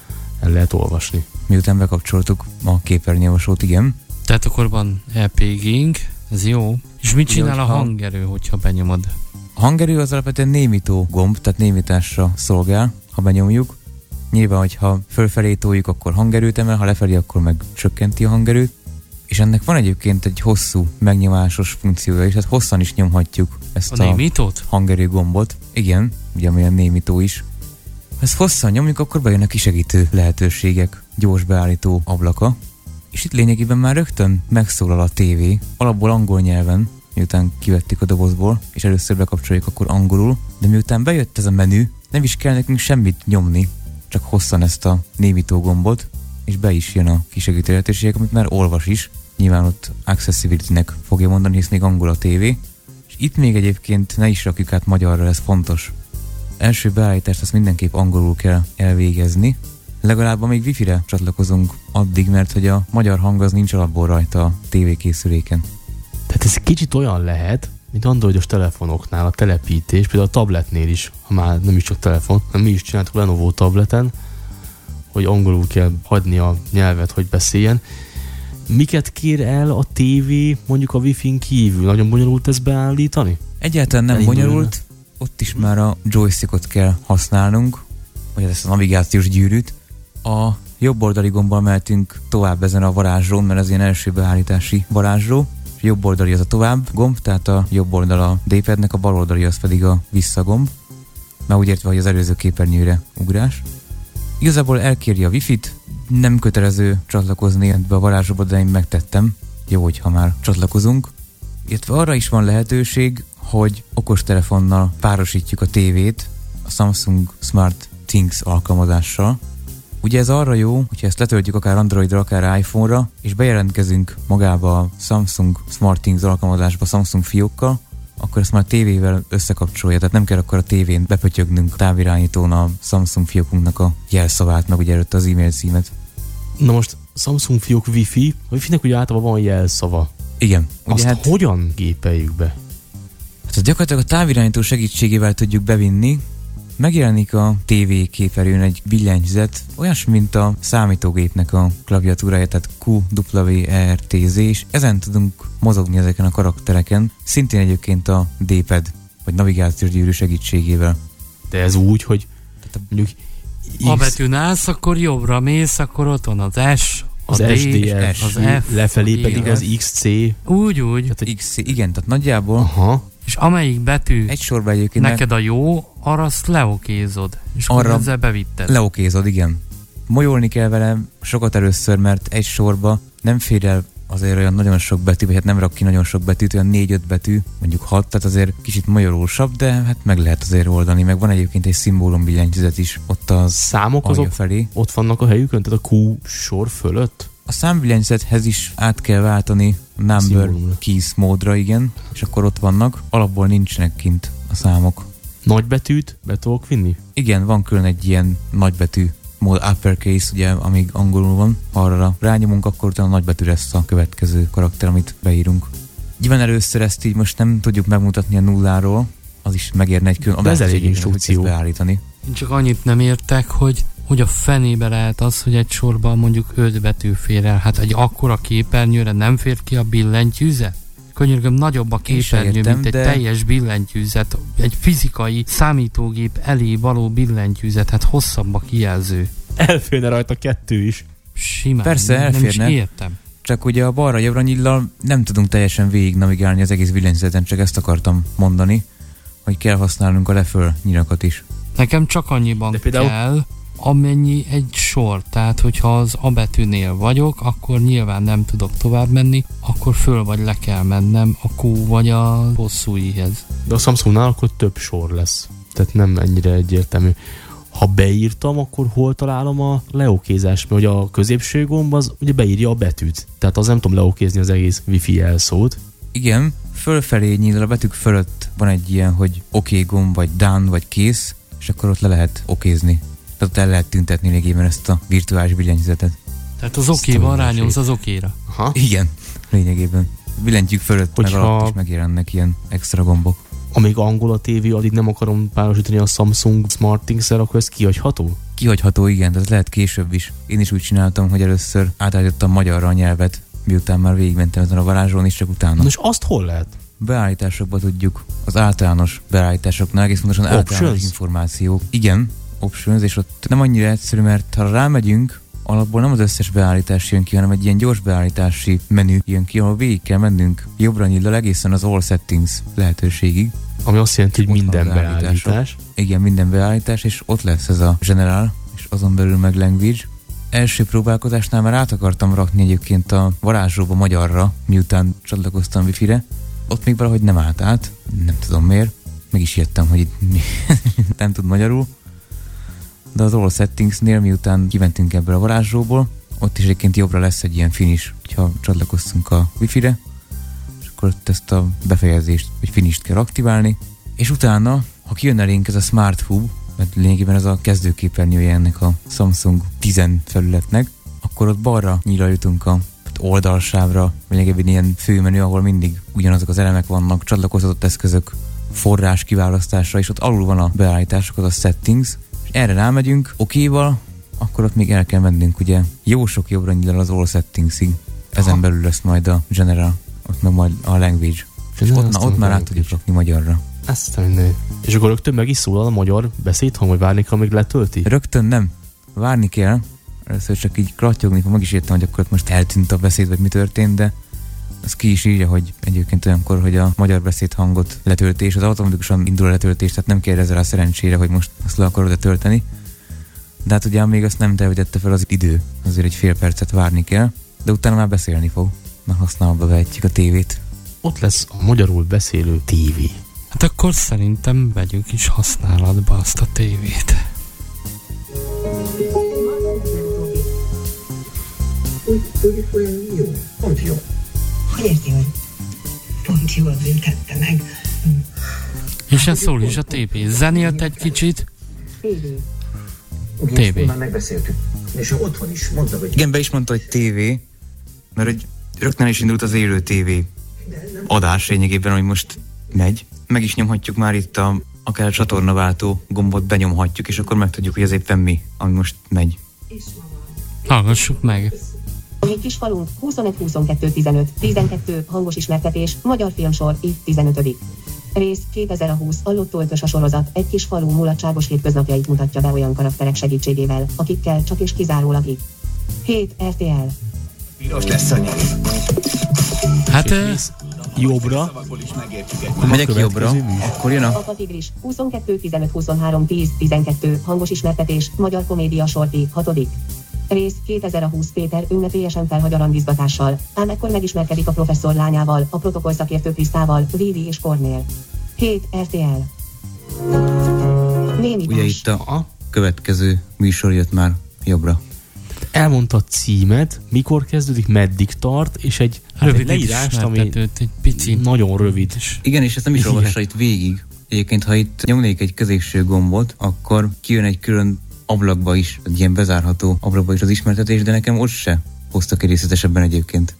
el lehet olvasni. Miután bekapcsoltuk a képernyőolvasót, igen. Tehát akkor van EPG-ing, ez jó. És mit csinál a hangerő, hogyha benyomod? A hangerő az alapvetően némító gomb, tehát némításra szolgál, ha benyomjuk. Nyilván, hogyha fölfelé toljuk, akkor hangerőt emel, ha lefelé, akkor meg csökkenti a hangerőt. És ennek van egyébként egy hosszú megnyomásos funkciója is, tehát hosszan is nyomhatjuk ezt a hangerő gombot. Igen, ugye amilyen némító is. Ha ezt hosszan nyomjuk, akkor bejön a kisegítő lehetőségek, gyors beállító ablaka. És itt lényegében már rögtön megszólal a tévé, alapból angol nyelven, miután kivettük a dobozból, és először bekapcsoljuk, akkor angolul, de miután bejött ez a menü, nem is kell nekünk semmit nyomni, csak hosszan ezt a némító gombot, és be is jön a kisegítő lehetőségek, amit már olvas is. Nyilván ott accessibility-nek fogja mondani, hisz még angol a tévé. És itt még egyébként ne is rakjuk át magyarra, ez fontos. Első beállítást azt mindenképp angolul kell elvégezni. Legalább amíg wifi-re csatlakozunk addig, mert hogy a magyar hang az nincs alapból rajta a tévékészüléken. Tehát ez kicsit olyan lehet, mint androidos telefonoknál a telepítés, például a tabletnél is, ha már nem is csak telefon, hanem mi is csináltuk Lenovo tableten, hogy angolul kell hagyni a nyelvet, hogy beszéljen. Miket kér el a tévé mondjuk a Wi-Fi-n kívül? Nagyon bonyolult ezt beállítani? Egyáltalán nem bonyolult, ott is már a joystickot kell használnunk, vagy ezt a navigációs gyűrűt. A jobb oldali gombbal mehetünk tovább ezen a varázsrón, mert ez ilyen első beállítási varázsró. A jobb oldali az a tovább gomb, tehát a jobb oldal a D-padnek, a bal oldali az pedig a visszagomb. Már úgy értve, hogy az előző képernyőre ugrás. Igazából elkéri a Wi-Fi-t, nem kötelező csatlakozni ebbe a varázsba, de én megtettem. Jó, hogyha már csatlakozunk. Illetve arra is van lehetőség, hogy okostelefonnal párosítjuk a tévét a Samsung Smart Things alkalmazással. Ugye ez arra jó, hogyha ezt letöltjük akár Androidra, akár iPhone-ra, és bejelentkezünk magába a Samsung Smart Things alkalmazásba Samsung fiókkal, akkor ezt már tévével összekapcsolja, tehát nem kell akkor a tévén bepötyögnünk távirányítón a Samsung fiókunknak a jelszavát, meg ugye előtt az e-mail címet. Na most Samsung fiók Wi-Fi, a Wi-Fi-nek ugye általában van jelszava. Igen. Azt hát hogyan gépeljük be? Hát gyakorlatilag a távirányító segítségével tudjuk bevinni. Megjelenik a TV képernyőn egy billentyűzet, olyasmi, mint a számítógépnek a klaviatúrája, tehát QWERTZ, és ezen tudunk mozogni ezeken a karaktereken, szintén egyébként a D-pad, vagy navigációs gyűrű segítségével. De ez úgy, hogy mondjuk ha betűn állsz, akkor jobbra mész, akkor ott van az S, az D, SDF, az F, lefelé pedig az XC. Úgy. Tehát XC, igen, tehát nagyjából. Aha. És amelyik betű egy sorba egyébként neked a jó, arra azt leokézod. És arra ezzel bevitted. Leokézod, igen. Molyolni kell vele sokat először, mert egy sorba nem fér el azért olyan nagyon sok betű, vagy hát nem rak ki nagyon sok betűt, olyan 4-5 betű, mondjuk 6, tehát azért kicsit magyarósabb, de hát meg lehet azért oldani, meg van egyébként egy szimbólum billentyűzet is ott az számok azok felé. Ott vannak a helyükön, tehát a Q sor fölött? A számbillentyűzethez is át kell váltani number keys módra, igen, és akkor ott vannak. Alapból nincsenek kint a számok. Nagybetűt be tudok vinni? Igen, van külön egy ilyen nagybetű mód, uppercase, ugye, amíg angolul van. Arra rányomunk, akkor utána nagybetű lesz a következő karakter, amit beírunk. Nyilván először ezt így most nem tudjuk megmutatni a nulláról, az is megérne egy külön ez elég instrukció beállítani. Én csak annyit nem értek, hogy a fenébe lehet az, hogy egy sorban mondjuk 5 betű fér el. Hát egy akkora képernyőre nem fér ki a billentyűzet? Könyörgöm, nagyobb a képernyő, mint egy teljes billentyűzet. Egy fizikai számítógép elé való billentyűzet, hát hosszabb a kijelző. Elférne rajta 2 is. Simán. Persze, elférne. Nem is értem. Csak ugye a balra-jobbra nyillal nem tudunk teljesen végig navigálni az egész billentyűzeten, csak ezt akartam mondani, hogy kell használnunk a leföl nyilakat is. Nekem csak annyiban kell, amennyi egy sor. Tehát, hogyha az A betűnél vagyok, akkor nyilván nem tudok tovább menni, akkor föl vagy le kell mennem a Q vagy a hosszú I-hez. De a Samsungnál akkor több sor lesz. Tehát nem ennyire egyértelmű. Ha beírtam, akkor hol találom a leokézást? Mert ugye a középső gomb az ugye beírja a betűt. Tehát az nem tudom leokézni az egész wifi jelszót. Igen, fölfelé nyíl, a betűk fölött van egy ilyen, hogy oké gomb, vagy done, vagy kész, és akkor ott le lehet okézni. Tehát el lehet tüntetni lényegében ezt a virtuális billentyűzetet. Tehát az okéval rányomsz az okéra. Aha. Igen, lényegében. Billentyűk fölött meg alatt is megjelennek ilyen extra gombok. Amíg angol a tévé, addig nem akarom párosítani a Samsung Smart Things-el, akkor ez kihagyható? Kihagyható, igen, tehát lehet később is. Én is úgy csináltam, hogy először átállítottam magyarra a nyelvet, miután már végigmentem ezen a varázslón, és csak utána. Most azt hol lehet? Beállításokba tudjuk, az általános beállításoknál, egész pontosan általános információk. Igen, options, és ott nem annyira egyszerű, mert ha rámegyünk, alapból nem az összes beállítás jön ki, hanem egy ilyen gyors beállítási menü jön ki, ahol végig kell mennünk jobbra nyillal egészen az All Settings lehetőségig. Ami azt jelenti, hogy minden beállítás. Igen, minden beállítás, és ott lesz ez a General, és azon belül meg Language. Első próbálkozásnál már át akartam rakni egyébként a varázslóba magyarra, miután csatlakoztam Wi-Fi-re. Ott még valahogy nem állt át, nem tudom miért. Meg is jöttem, hogy itt nem tud magyarul. De az All Settings-nél, miután kimentünk ebből a varázslóból, ott is egyébként jobbra lesz egy ilyen finish, hogyha csatlakoztunk a Wi-Fi-re, és akkor ott ezt a befejezést, vagy finisht kell aktiválni, és utána, ha kijön elénk ez a Smart Hub, mert lényegében ez a kezdőképernyője ennek a Samsung 10 felületnek, akkor ott balra nyílajtunk a oldalsávra, vagy legalább ilyen főmenü, ahol mindig ugyanazok az elemek vannak, csatlakozhatott eszközök, forrás kiválasztása, és ott alul van a beállítások, az a Settings, és erre rámegyünk okéval, akkor ott még el kell mennünk, ugye jó sok jobbra nyíl az All Settingsig. Ezen belül lesz majd a General, ott meg majd a Language. És ott már át tudjuk rakni magyarra. Ezt minden. És akkor rögtön meg is szólal a magyar beszédhang, vagy várni kell, amíg letölti? Rögtön nem. Várni kell. Először csak így klatyogni, meg is értem, hogy akkor most eltűnt a beszéd, vagy mi történt, de az ki is írja, hogy egyébként olyankor, hogy a magyar beszédhangot letöltés, az automatikusan indul a letöltés, tehát nem kérdezel rá szerencsére, hogy most azt le akarod-e tölteni. De hát ugye még azt nem tervezette fel az idő, azért egy fél percet várni kell, de utána már beszélni fog, mert használva vehetjük a tévét. Ott lesz a magyarul beszélő tévé. Hát akkor szerintem vegyük is használatba azt a tévét. Pont jó. Hogy érti, hogy pont jól tette meg? És ez szól is a tévé. Zenélt egy kicsit. TV. Már megbeszéltük. És otthon is mondta, hogy... Igen, be is mondta, hogy tévé, mert hogy rögtön is indult az élő tévé adás lényegében, hogy most megy. Meg is nyomhatjuk már itt akár a csatornaváltó gombot benyomhatjuk, és akkor megtudjuk, hogy ez éppen mi, ami most megy. Hallgassuk meg. Egy kis falunk, 21-22-15-12, hangos ismertetés, magyar filmsor, év 15. Rész 2020, a Lottó ötös a sorozat, egy kis falu mulatságos hétköznapjait mutatja be olyan karakterek segítségével, akikkel csak és kizárólag itt. 7 RTL. Piros lesz a nyelv. Hát jobbra. Megyek jobbra, akkor jön a... Apa Tigris, 22-15-23-10-12, hangos ismertetés, magyar komédia sorti, 6. Rész 2020 Péter ünnepélyesen felhagy a randizgatással, ám ekkor megismerkedik a professzor lányával, a protokoll szakértő Krisztával, Vivi és Kornél. 7 RTL. Némítás. Ugye itt a következő műsor jött már jobbra. Elmondta a címet, mikor kezdődik, meddig tart, és egy Rövid leírást, ami egy pici. nagyon rövid. Igen, és ezt nem is olvassa itt végig. Egyébként, ha itt nyomnék egy középső gombot, akkor kijön egy külön ablakba is, egy ilyen bezárható ablakba is az ismertetés, de nekem ott se hoztak egy részletesebben egyébként.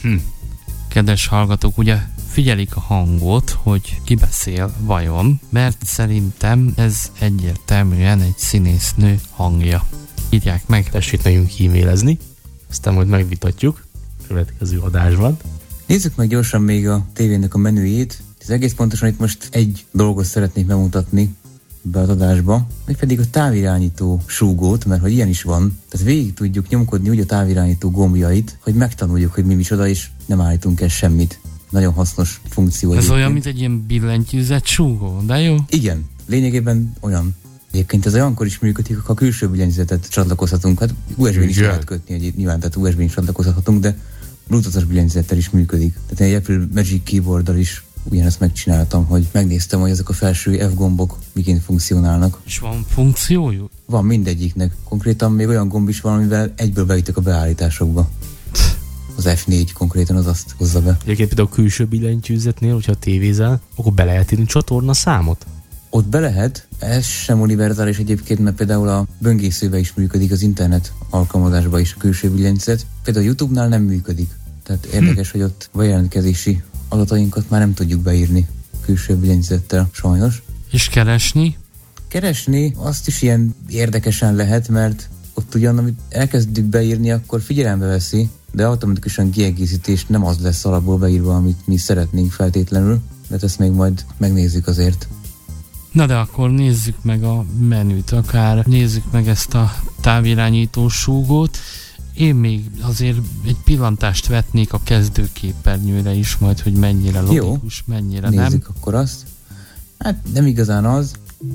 Kedves hallgatók, ugye figyelik a hangot, hogy ki beszél vajon, mert szerintem ez egyértelműen egy színésznő hangja. Írják meg. Tessék nekünk e-mailezni, aztán majd megvitatjuk következő adásban. Nézzük meg gyorsan még a tévének a menüjét. Ez egész pontosan itt most egy dolgot szeretnék bemutatni be az adásba, mégpedig a távirányító súgót, mert hogy ilyen is van, tehát végig tudjuk nyomkodni úgy a távirányító gombjait, hogy megtanuljuk, hogy mi micsoda, és nem állítunk el semmit. Nagyon hasznos funkció. Ez egyébként. olyan, mint egy ilyen billentyűzet súgó, de jó? Igen, lényegében olyan. Egyébként ez olyankor is működik, ha külső billentyűzetet csatlakozhatunk. Hát USB-n is lehet kötni, nyilván, tehát USB-n is csatlakozhatunk, de Bluetooth-os billentyűzettel is működik. Tehát egy Apple Magic Keyboarddal is ugyanezt megcsináltam, hogy megnéztem, hogy ezek a felső F gombok miként funkcionálnak. És van funkciójuk? Van mindegyiknek. Konkrétan még olyan gomb is van, amivel egyből beütök a beállításokba. Az F4 konkrétan az azt hozza be. Egyébként például a külső billentyűzetnél, hogyha tévézel, akkor be lehet írni csatorna számot? Ott be lehet, ez sem univerzális egyébként, mert például a böngészőben is működik, az internet alkalmazásban is a külső billentyűzet. Például a YouTube-nál nem működik. Tehát érdekes, hogy ott a bejelentkezési adatainkat már nem tudjuk beírni külső billentyűzettel, sajnos. És keresni? Keresni azt is ilyen érdekesen lehet, mert ott ugyan, amit elkezdjük beírni, akkor figyelembe veszi, de automatikusan kiegészítés nem az lesz alapból beírva, amit mi szeretnénk feltétlenül, de ezt még majd megnézzük azért. Na de akkor nézzük meg a menüt, akár nézzük meg ezt a távirányító súgót. Én még azért egy pillantást vetnék a kezdőképernyőre is majd, hogy mennyire logikus, jó, mennyire nézzük nem. Nézzük akkor azt. Hát nem igazán az.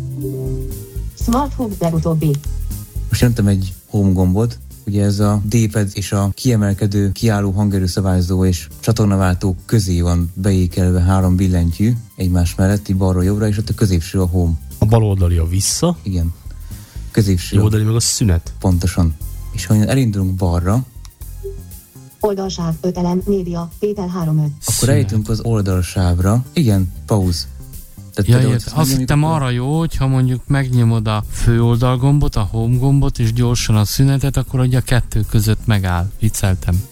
Smart Home legutóbbi. Most nyomtam egy home gombot, ugye ez a D-pad és a kiemelkedő, kiálló hangerőszabályozó és csatornaváltó közé van beékelve 3 billentyű egymás mellett, így balról jobbra, és ott a középső a home. A bal oldali a vissza, Igen. Középső. jobb oldali meg a szünet. Pontosan. És ha elindulunk balra, Oldalsáv 5 elem, média, tétel 3-5. akkor eljutunk az oldalsávra. Igen, pauz. Ja, azt hittem arra jó, hogyha mondjuk megnyomod a főoldalgombot, a home gombot, és gyorsan a szünetet, akkor ugye a kettő között megáll. Vicceltem.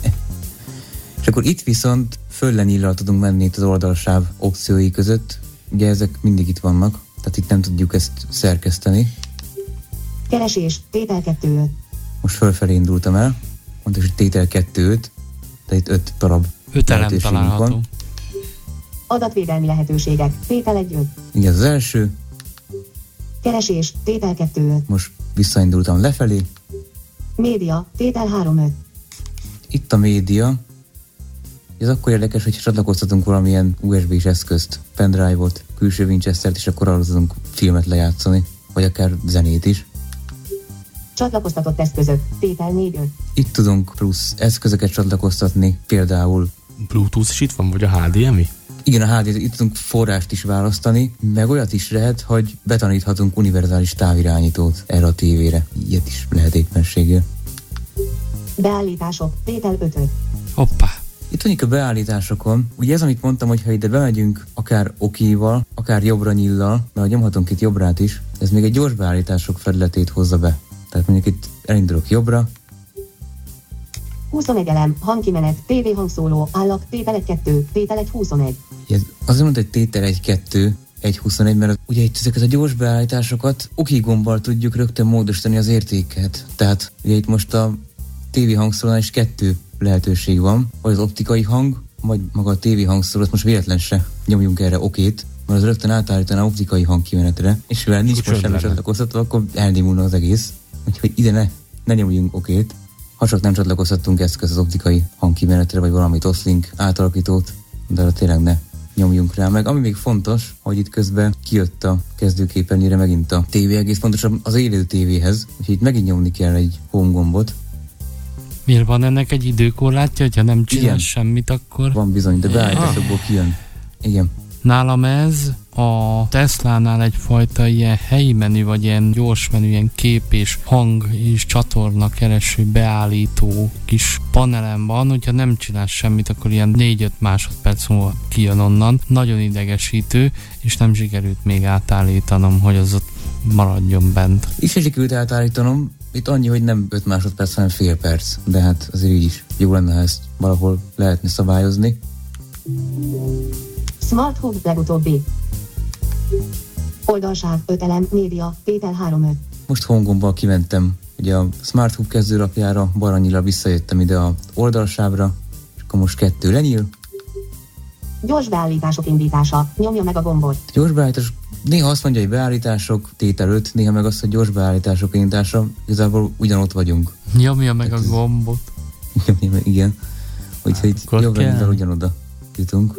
És akkor itt viszont föllenillal tudunk menni itt az oldalsáv opciói között. Ugye ezek mindig itt vannak, tehát itt nem tudjuk ezt szerkeszteni. Keresés, tétel 2-5. Most fölfelé indultam el, mondta, hogy tétel 2-5, de itt 5 darab 5 elem lehetőségünk található. van. Adatvédelmi lehetőségek, tétel 1-5. Igen, az első, Keresés, tétel 2-5. most visszaindultam lefelé, Média, tétel 3-5. itt a média. Ez akkor érdekes, hogy csatlakoztatunk valamilyen USB-s eszközt, pendrive-ot, külső Winchester-t, és akkor arra tudunk filmet lejátszani, vagy akár zenét is. Csatlakoztatott eszközök, tétel 4-5. Itt tudunk plusz eszközöket csatlakoztatni, például Bluetooth is itt van, vagy a HDMI? igen, a HD, itt tudunk forrást is választani, meg olyat is lehet, hogy betaníthatunk univerzális távirányítót erre a tévére. Ilyet is lehet éppenséggel. Beállítások, tétel 5-5. Hoppá. Itt mondjuk a beállításokon, ugye ez, amit mondtam, hogy ha ide bemegyünk akár okéval, akár jobbra nyillal, mert nyomhatunk itt jobbrát is, ez még egy gyors beállítások felületét hozza be. Tehát mondjuk itt elindulok jobbra, 21 elem, hangkimenet, TV hangszóló, állap, tétel 1-2, tétel 1-21. ez azért mondta, hogy tétel 1-2, 1.21, mert ugye itt ezeket a gyors beállításokat oké gombbal tudjuk rögtön módosítani az értéket. Tehát ugye itt most a TV hangszórónál is 2 lehetőség van, vagy az optikai hang, vagy maga a TV hangszóró, most véletlen se nyomjunk erre okét, mert az rögtön átállítaná optikai hangkimenetre, és mivel nincs most semmi csatlakoztatva, akkor elnémulna az egész. Úgyhogy ide ne nyomjunk okét, ha csak nem csatlakoztattunk eszköz az optikai hangkimenetre, vagy valami Toslink átalakítót, de tényleg ne nyomjunk rá meg. Ami még fontos, hogy itt közben kijött a kezdőképernyőre megint a tévé, egész pontosan az élő tévéhez, úgyhogy itt megint nyomni kell egy home gombot, Miért van ennek egy időkorlátja, hogyha nem csinál Igen. semmit, akkor... Van bizony, de beállításokból kijön. Igen. Nálam ez a Teslánál egyfajta ilyen helyi menü, vagy ilyen gyors menü, ilyen kép és hang és csatorna kereső beállító kis panelem van, hogyha nem csinál semmit, akkor ilyen 4-5 másodperc múlva kijön onnan. Nagyon idegesítő, és nem sikerült még átállítanom, hogy az ott maradjon bent. Is sikerült átállítanom, itt annyi, hogy nem 5 másodperc, hanem fél perc. De hát azért így is jó lenne, ha ezt valahol lehetne szabályozni. Smart Hub legutóbbi. Oldalsáv 5 elem, média, tétel 3-5. Most hangomban kimentem ugye a Smart Hub kezdőlapjára, baranyira visszajöttem ide a oldalsávra, és akkor most 2 lenyíl. Gyors beállítások indítása, nyomja meg a gombot. Gyors beállítás, néha azt mondja, hogy beállítások, tétel 5, néha meg azt, hogy gyors beállítások indítása, igazából ugyanott vagyunk. Nyomja meg a gombot. Igen, úgyhogy jobbra ugyanoda jutunk.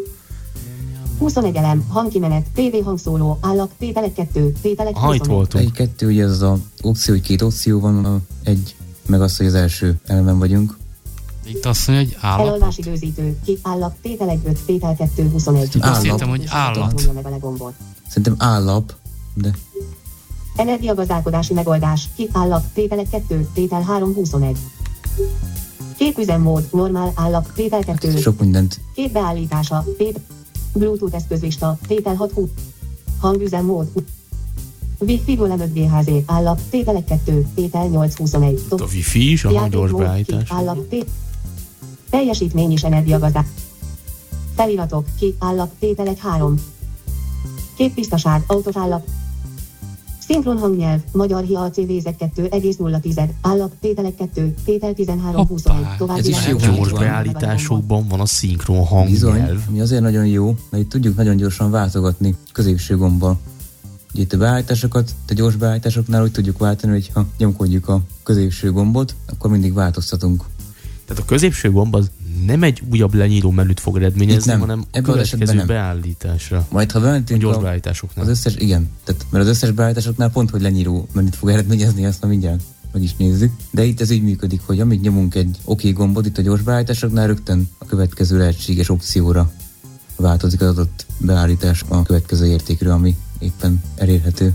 21 elem, hangkimenet, TV hangszóló, állap, tételek 2, tételek 21. Itt voltunk. 1-2, ugye ez az a opció, hogy 2 opció van, egy, meg az, hogy az első elemen vagyunk. Itt azt mondja, hogy állat. Elolvás időzítő, ki állap, tételek 5, tétel 2, 21. Azt hittem, hogy állat. Nyomja meg a legombot. Szerintem állap, de... Energiagazdálkodási megoldás, ki állap, tételek 2, tétel 3, 21. Képüzemmód, normál állap, tétel 2. Sok mindent. Kép beállítása, Bluetooth eszközlista, tétel 6 20. Hangüzemmód. Wi-Fi 5 GHz, állap, tételek 2, tétel 8 21. A Wi-Fi is, a hangyors beállítás. Állap, teljesítmény és energiagazdák. Feliratok, ki, állap, tételek 3. Képtisztaság, autos állap. Szinkron hangnyelv, magyar HIA CVZ 2,010, állap, tételek 2, tétel 13 21. Ez is jó. Gyors beállításokban van a szinkron hangnyelv. Bizony, ami azért nagyon jó, mert itt tudjuk nagyon gyorsan váltogatni középső gombbal. Ugye itt a beállításokat, a gyors beállításoknál úgy tudjuk váltani, hogy ha nyomkodjuk a középső gombot, akkor mindig változtatunk. Tehát a középső gomb az nem egy újabb lenyíló menüt fog eredményezni, nem, hanem a következő beállításra. Majd ha bementünk gyors beállításoknál. Az összes, igen, tehát, mert az összes beállításoknál pont, hogy lenyíló menüt fog eredményezni, azt mindjárt meg is nézzük. De itt ez így működik, hogy amíg nyomunk egy OK gombot itt a gyors beállításoknál, rögtön a következő lehetséges opcióra változik az adott beállítás a következő értékről, ami éppen elérhető.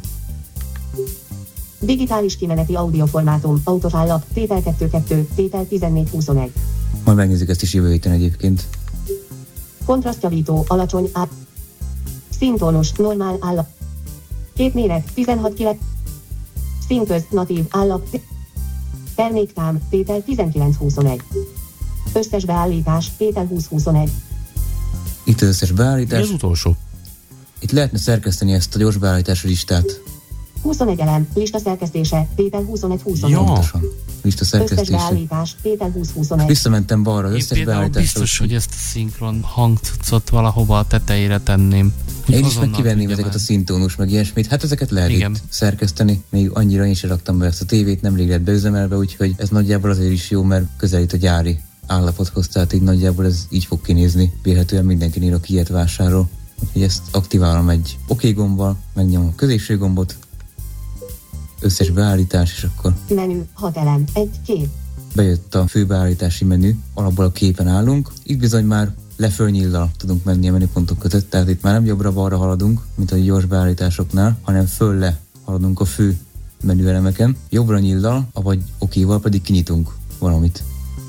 Digitális kimeneti audioformátum, autos állap, tétel 2.2, tétel 14.21. Majd megnézzük ezt is jövő héten egyébként. Kontrasztjavító, alacsony át. Színtónus, normál állap. Képméret, 16.9. Színköz, natív állap. Terméktám, tétel 19.21. Összes beállítás, tétel 20.21. Itt az összes beállítás. Mi az utolsó? Itt lehetne szerkeszteni ezt a gyors beállítási listát. 21 elem, lista szerkesztése, tétel 21.21. Ja. Pontosan. Lista Összes szerkesztése. beállítás, tétel 20.21. Visszamentem balra, az Én összes például beállításra. biztos, hogy ezt a szinkron hangcuccot valahova a tetejére tenném. Én is meg kivenném ezeket a színtónus, meg ilyesmit. Hát ezeket lehet itt szerkeszteni. Még annyira én sem raktam be ezt a tévét, nemrég lett beüzemelve, úgyhogy ez nagyjából azért is jó, mert közelít a gyári állapothoz, tehát így nagyjából ez így fog kinézni. Vélhetően mindenkinél, aki ilyet vásárol. Úgyhogy ezt aktiválom egy OK gombbal, megnyomom a középső gombot, összes beállítás, és akkor menü, 6 elem, 1 kép. bejött a főbeállítási menü, alapból a képen állunk. Itt bizony már lefölnyíllal tudunk menni a menüpontok között, tehát itt már nem jobbra-balra haladunk, mint a gyors beállításoknál, hanem föl-le haladunk a fő menüelemeken. Jobbra nyíllal, avagy OK-val pedig kinyitunk valamit.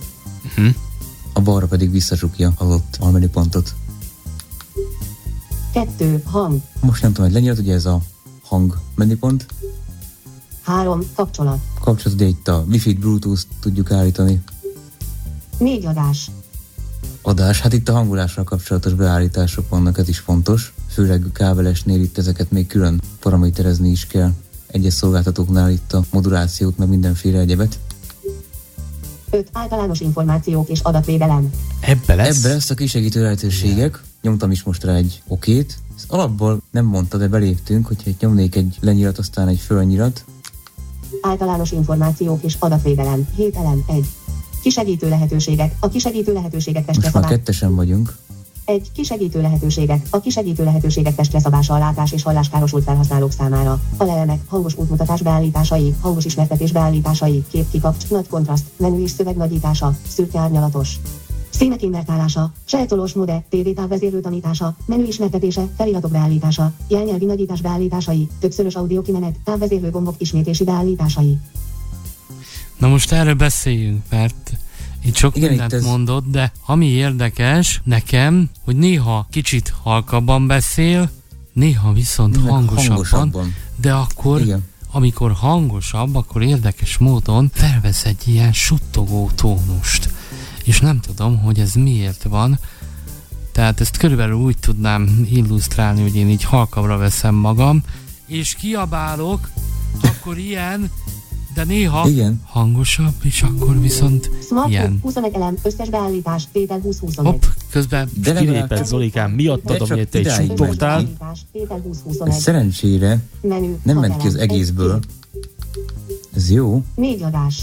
A balra pedig visszacsukja az ott a menüpontot. 2. Hang. Most nem tudom, hogy lenyílt, ugye ez a hang menüpont. 3. Kapcsolat. Kapcsolat, de itt a Wi-Fi-t, Bluetooth tudjuk állítani. 4. Adás. Adás, hát itt a hangolással kapcsolatos beállítások vannak, ez is fontos. Főleg kábelesnél itt ezeket még külön paraméterezni is kell. Egyes szolgáltatóknál itt a modulációt, meg mindenféle egyebet. 5. Általános információk és adatvédelem. Ebbe lesz a kisegítő lehetőségek. Nyomtam is most rá egy okét. Ezt alapból nem mondta, de beléptünk, hogyha itt nyomnék egy lenyilat, aztán egy fölnyilat. Általános információk és adatvédelem. 7 elem, 1. Kisegítő lehetőségek. A kisegítő lehetőségek Most már 2-esen vagyunk. Egy kisegítő lehetőségek. A kisegítő lehetőségek testre szabása a látás és halláskárosult felhasználók számára. Alelemek, hangos útmutatás beállításai, hangos ismertetés beállításai, képkikapcs, nagy kontraszt, menü és szöveg nagyítása, szürke árnyalatos. Színek invertálása, sajtolós mode, TV-távvezérlő tanítása, menü ismertetése, feliratok beállítása, jelnyelvi nagyítás beállításai, többszörös audio kimenet, távvezérlő gombok ismétési beállításai. Na most erről beszéljünk, mert itt sok mindent mondott, de ami érdekes nekem, hogy néha kicsit halkabban beszél, néha viszont hangosabban, de akkor, amikor hangosabb, akkor érdekes módon felvesz egy ilyen suttogó tónust. És nem tudom, hogy ez miért van. Tehát ezt körülbelül úgy tudnám illusztrálni, hogy én így halkabbra veszem magam, és kiabálok, akkor ilyen, de néha hangosabb, és akkor viszont Smart ilyen. 21 elem, összes beállítás, tétel 20-21. Hopp, közben kilépett Zolikám, miattad, amit te egy suttogtál. Szerencsére nem ment ki az egészből. Ez jó. 4 adás.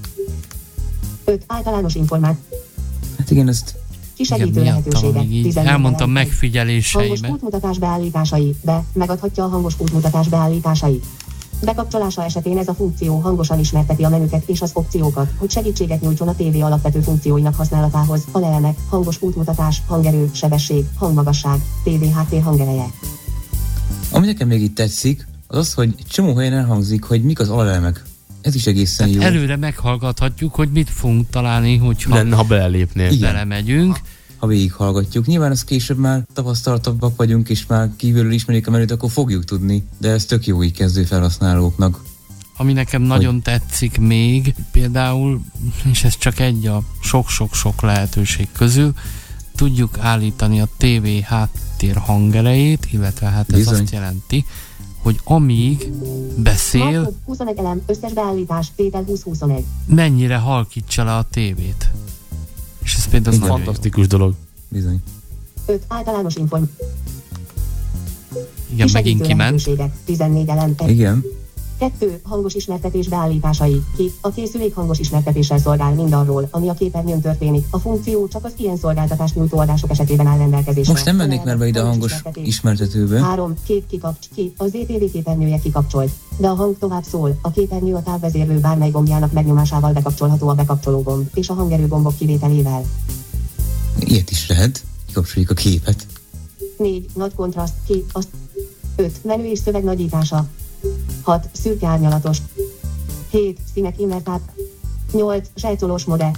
5 általános információ. Hát igen, ezt kisegítő lehetőségek. Elmondtam megfigyeléseiben. Hangos útmutatás beállításai. Megadhatja a hangos útmutatás beállításai. Bekapcsolása esetén ez a funkció hangosan ismerteti a menüket és az opciókat, hogy segítséget nyújtson a TV alapvető funkcióinak használatához. Alelemek, hangos útmutatás, hangerő, sebesség, hangmagasság, TV háttér hangereje. Ami nekem még itt tetszik, az az, hogy egy csomó helyen elhangzik, hogy mik az alelemek. Ez is egészen jó. Előre meghallgathatjuk, hogy mit fogunk találni, hogyha ha belépnél. Belemegyünk. Ha végighallgatjuk. Nyilván az később már tapasztaltabbak vagyunk, és már kívülről ismerik a menüt, akkor fogjuk tudni, de ez tök jó így kezdő felhasználóknak. Ami nekem nagyon tetszik még, például, és ez csak egy a sok-sok-sok lehetőség közül, tudjuk állítani a TV háttér hangerejét, illetve hát ez azt jelenti, hogy amíg beszél, 21 elem, összes beállítás, tétel 20-21. mennyire halkítsa le a tévét. És ez például fantasztikus dolog. Bizony. 5 általános igen, megint kiment. 14 elem. Igen. 2 hangos ismertetés beállításai. A készülék hangos ismertetéssel szolgál mindarról, ami a képernyőn történik. A funkció csak az ilyen szolgáltatást nyújtó adások esetében áll rendelkezésre. Most nem mennék már be ide a hangos ismertetőbe. 3 kép kikapcs ki, az ZTV képernyője kikapcsolt, de a hang tovább szól. A képernyő a távvezérlő bármely gombjának megnyomásával bekapcsolható a bekapcsoló gomb, és a hangerő gombok kivételével. Ilyet is lehet. Kikapcsoljuk a képet. 4 nagy kontraszt, 5 menü és szöveg nagyítása. 6 szürke árnyalatos. 7 színek invertát. 8 sejtolós modell.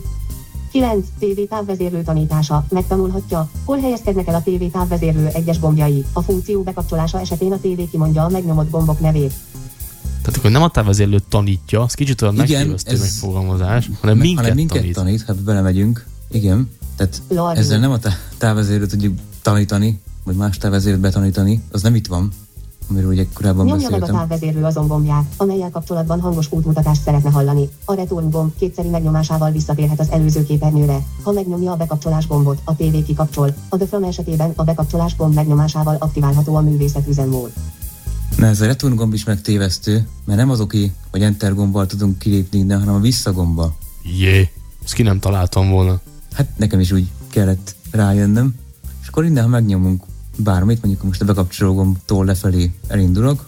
9 TV távvezérlő tanítása. Megtanulhatja, hol helyezkednek el a TV távvezérlő egyes gombjai. A funkció bekapcsolása esetén a TV kimondja a megnyomott gombok nevét. Tehát akkor nem a távvezérlőt tanítja, az kicsit olyan megtévesztő megfogalmazás, hanem minket tanít, ha belemegyünk. Igen, tehát ezzel nem a távvezérlőt tudjuk tanítani, vagy más távvezérőt betanítani, az nem itt van, amiről ugye korábban beszéltem. Nyomja meg a távvezérlő azon gombját, amellyel kapcsolatban hangos útmutatást szeretne hallani. A return gomb kétszeri megnyomásával visszatérhet az előző képernyőre. Ha megnyomja a bekapcsolás gombot, a TV kikapcsol. A The From esetében a bekapcsolás gomb megnyomásával aktiválható a művészet üzemmód. Na ez a return gomb is megtévesztő, mert nem az oké, hogy enter gombbal tudunk kilépni innen, hanem a visszagombbal. Ezt ki nem találtam volna. Hát nekem is úgy kellett rájönnöm. És akkor innen, ha megnyomunk bármit, mondjuk most a bekapcsoló gombtól lefelé elindulok.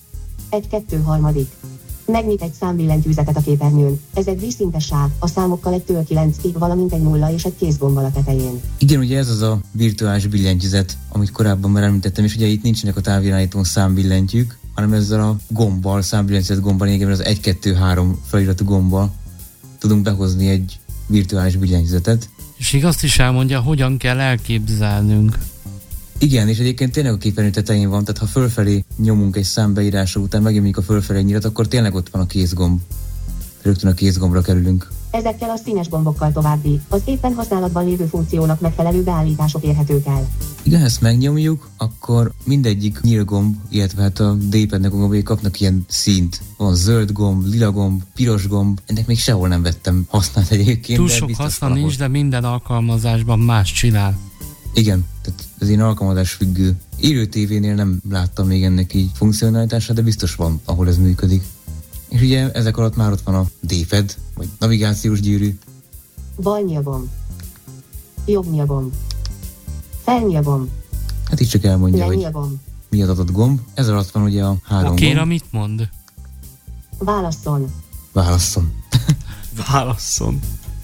1-2-3. Megnyit egy számbillentyűzetet a képernyőn. Ez egy vízszintes sáv, a számokkal 1-től 9-ig, valamint egy 0 és egy kézgombbal a tetején. Igen, ugye ez az a virtuális billentyűzet, amit korábban már említettem, és ugye itt nincsenek a távirányítón számbillentyűk, hanem ezzel a gombbal, számbillentyűzet gombbal, lényegében az 1-2-3 feliratú gombbal tudunk behozni egy virtuális billentyűzetet. És így azt is elmondja, hogyan kell elképzelnünk. Igen, és egyébként tényleg a képernyő tetején van, tehát ha fölfelé nyomunk egy számbeírása után, megnyomjuk a fölfelé nyilat, akkor tényleg ott van a kézgomb. Rögtön a kézgombra kerülünk. Ezekkel a színes gombokkal további, az éppen használatban lévő funkciónak megfelelő beállítások érhetők el. Igen, ha ezt megnyomjuk, akkor mindegyik nyílgomb, illetve hát a D-padnek a gombjai kapnak ilyen színt. Van zöld gomb, lila gomb, piros gomb, ennek még sehol nem vettem használt egyébként. Túl sok haszna nincs, de minden alkalmazásban más csinál. Igen, tehát ez ilyen alkalmazás függő. Élő tévénél nem láttam még ennek így funkcionalitását, de biztos van, ahol ez működik. És ugye ezek alatt már ott van a D-pad, vagy navigációs gyűrű. Bal nyílgomb. Jobb nyílgomb. Felnyilgom. Hát itt csak elmondja, hogy Lenyilgom. mi az adott gomb. Ez alatt van ugye a 3 Oké, gomb. mit mond? Válasszon. Válasszon. Válasszon.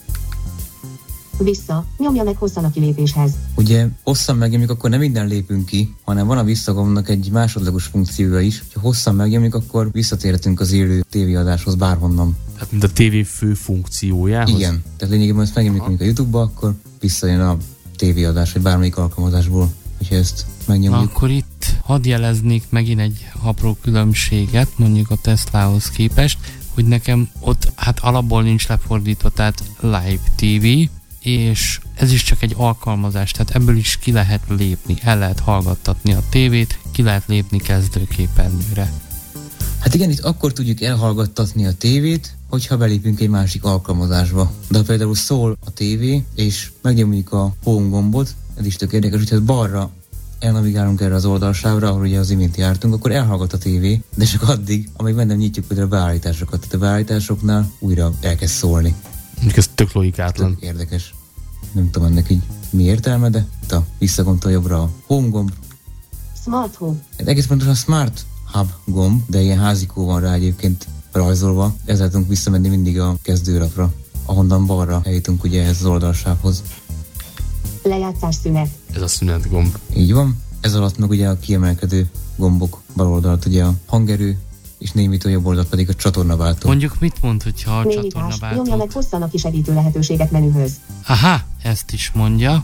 Vissza. Nyomja meg hosszan a kilépéshez. Ugye hosszan megnyomjuk, akkor nem minden lépünk ki, hanem van a visszagombnak egy másodlagos funkciója is. Ha hosszan megnyomjuk, akkor visszatérhetünk az élő tévéadáshoz bárhonnan. Tehát mint a tévé fő funkciójához? Igen. Tehát lényegében ezt megnyomjuk mondjuk a YouTube-ba, akkor visszajön a tévéadás, vagy bármelyik alkalmazásból, hogyha ezt megnyomjuk. Akkor itt hadd jeleznék megint egy apró különbséget, mondjuk a Teslahoz képest, hogy nekem ott hát alapból nincs lefordítva, tehát Live TV, és ez is csak egy alkalmazás, tehát ebből is ki lehet lépni, el lehet hallgattatni a tévét, ki lehet lépni kezdőképernyőre. Hát igen, itt akkor tudjuk elhallgattatni a tévét, hogyha belépünk egy másik alkalmazásba. De ha például szól a tévé, és megnyomjuk a home gombot, ez is tök érdekes, hogyha balra elnavigálunk erre az oldalsávra, ahol ugye az imént jártunk, akkor elhallgat a tévé, de csak addig, amíg nem nyitjuk például a beállításokat. Tehát a beállításoknál újra elkezd szólni. Mondjuk ez tök logikátlan. Tök érdekes. Nem tudom ennek így mi értelme, de itt a visszagomtól jobbra a home gomb. Smart Hub. Ez egész pontosan a Smart Hub gomb, de ilyen házikó van rá egyébként rajzolva. Ezzel tudunk visszamenni mindig a kezdőlapra, ahonnan balra eljutunk ugye ehhez az oldalsávhoz. Lejátszás szünet. Ez a szünet gomb. Így van. Ez alatt meg ugye a kiemelkedő gombok bal oldalt ugye a hangerő, és némító jobb oldalt pedig a csatornaváltó. Mondjuk mit mond, hogyha a Némítás. Nyomja meg csatornaváltót? hosszan a kisegítő lehetőségek menühöz. Aha, ezt is mondja.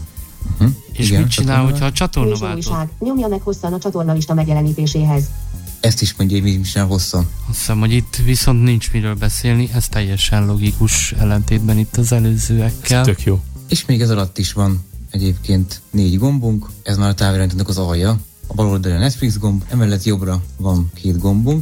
És Igen, mit csinál, hogyha a Műsor csatornaváltót? újság. Nyomja meg hosszan a csatornalista megjelenítéséhez. Ezt is mondja, hogy mit csinál hosszan. Azt hiszem, hogy itt viszont nincs miről beszélni, ez teljesen logikus ellentétben itt az előzőekkel. Tök jó. És még ez alatt is van egyébként 4 gombunk, ez már a távirányítónak az alja. A bal oldalon a Netflix gomb, emellett jobbra van 2 gombunk.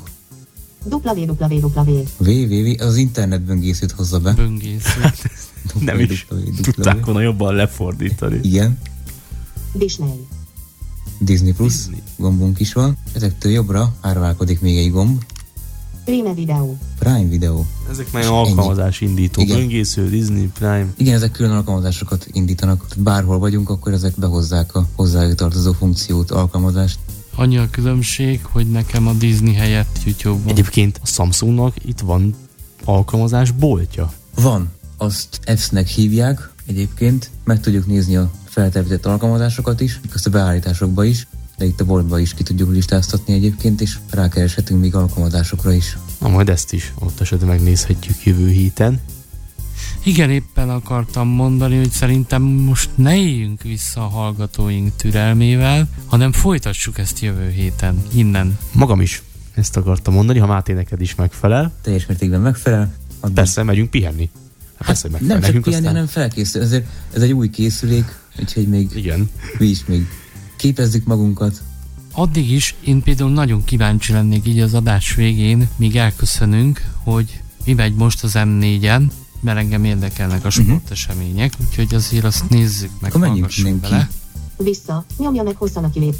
www. www, az internetböngészőt hozza be. Böngésző. Nem is tudták volna jobban lefordítani. Igen, Disney. Disney Plus gombunk is van. Ezektől jobbra árválkodik még egy gomb, Prime Video. Prime Video. Ezek már alkalmazás indító. Igen. Böngésző, Disney, Prime. Igen, ezek külön alkalmazásokat indítanak. Tehát bárhol vagyunk, akkor ezek behozzák a hozzájuk tartozó funkciót, alkalmazást. Annyi a különbség, hogy nekem a Disney helyett YouTube van. Egyébként a Samsungnak itt van alkalmazás boltja. Van, azt apps-nek hívják egyébként, meg tudjuk nézni a feltelepített alkalmazásokat is, azt a beállításokba is, de itt a boltba is ki tudjuk listáztatni egyébként, és rákereshetünk még alkalmazásokra is. Na majd ezt is ott esetleg megnézhetjük jövő héten. Igen, éppen akartam mondani, hogy szerintem most ne éljünk vissza a hallgatóink türelmével, hanem folytassuk ezt jövő héten, innen. Magam is ezt akartam mondani, ha Máté neked is megfelel. Teljes mértékben megfelel. Addig... Persze, megyünk pihenni. Hát persze, nem megfelel csak nekünk pihenni, aztán. hanem felkészül. Ezért ez egy új készülék, úgyhogy még Igen. mi is még képezzük magunkat. Addig is én például nagyon kíváncsi lennék így az adás végén, míg elköszönünk, hogy mi megy most az M4-en, mert engem érdekelnek a sportesemények, úgyhogy azért azt nézzük meg, Akkor menjünk hallgassunk ki. bele. Vissza. Nyomja meg hosszan a kilép.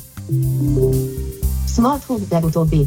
Smart Hub legutóbbi.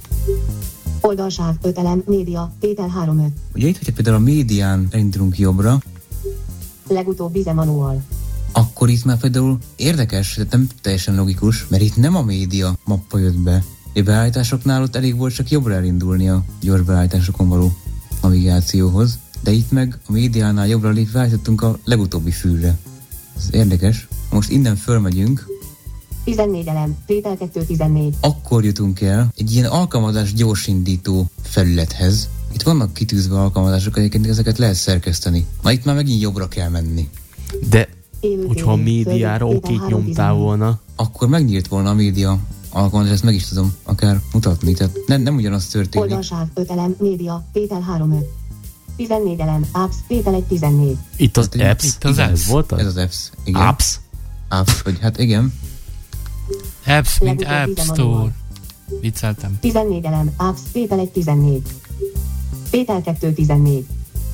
Oldalsáv 5 elem, média, tétel 3-5. Ugye itt, hogyha például a médián elindulunk jobbra, Legutóbbi zemanual. akkor itt már például érdekes, de nem teljesen logikus, mert itt nem a média mappa jött be. A beállításoknál ott elég volt csak jobbra elindulni a gyors beállításokon való navigációhoz, de itt meg a médiánál jobbra lépve állítottunk a legutóbbi fülre. Ez érdekes. Most innen fölmegyünk, 14 elem, tétel 2-14. akkor jutunk el egy ilyen alkalmazás gyorsindító felülethez. Itt vannak kitűzve alkalmazások, egyébként ezeket lehet szerkeszteni. Na itt már megint jobbra kell menni. De Élő hogyha a tévé, médiára földi, tétel okét nyomtál 3-14. volna, Akkor megnyílt volna a média alkalmazás, ezt meg is tudom akár mutatni. Tehát nem ugyanaz történik. Oldalsáv 5 elem, média, tétel 3-5. 14 elem, apps, tétel 1-14. itt az Tehát apps, itt az igen, apps. ez volt az? Ez az apps. Igen. Apps? Apps, vagy hát igen. Apps, mint Legutóbbi App zemanual. Store. Vicceltem. 14 elem, apps, tétel 1-14. Tétel 2-14.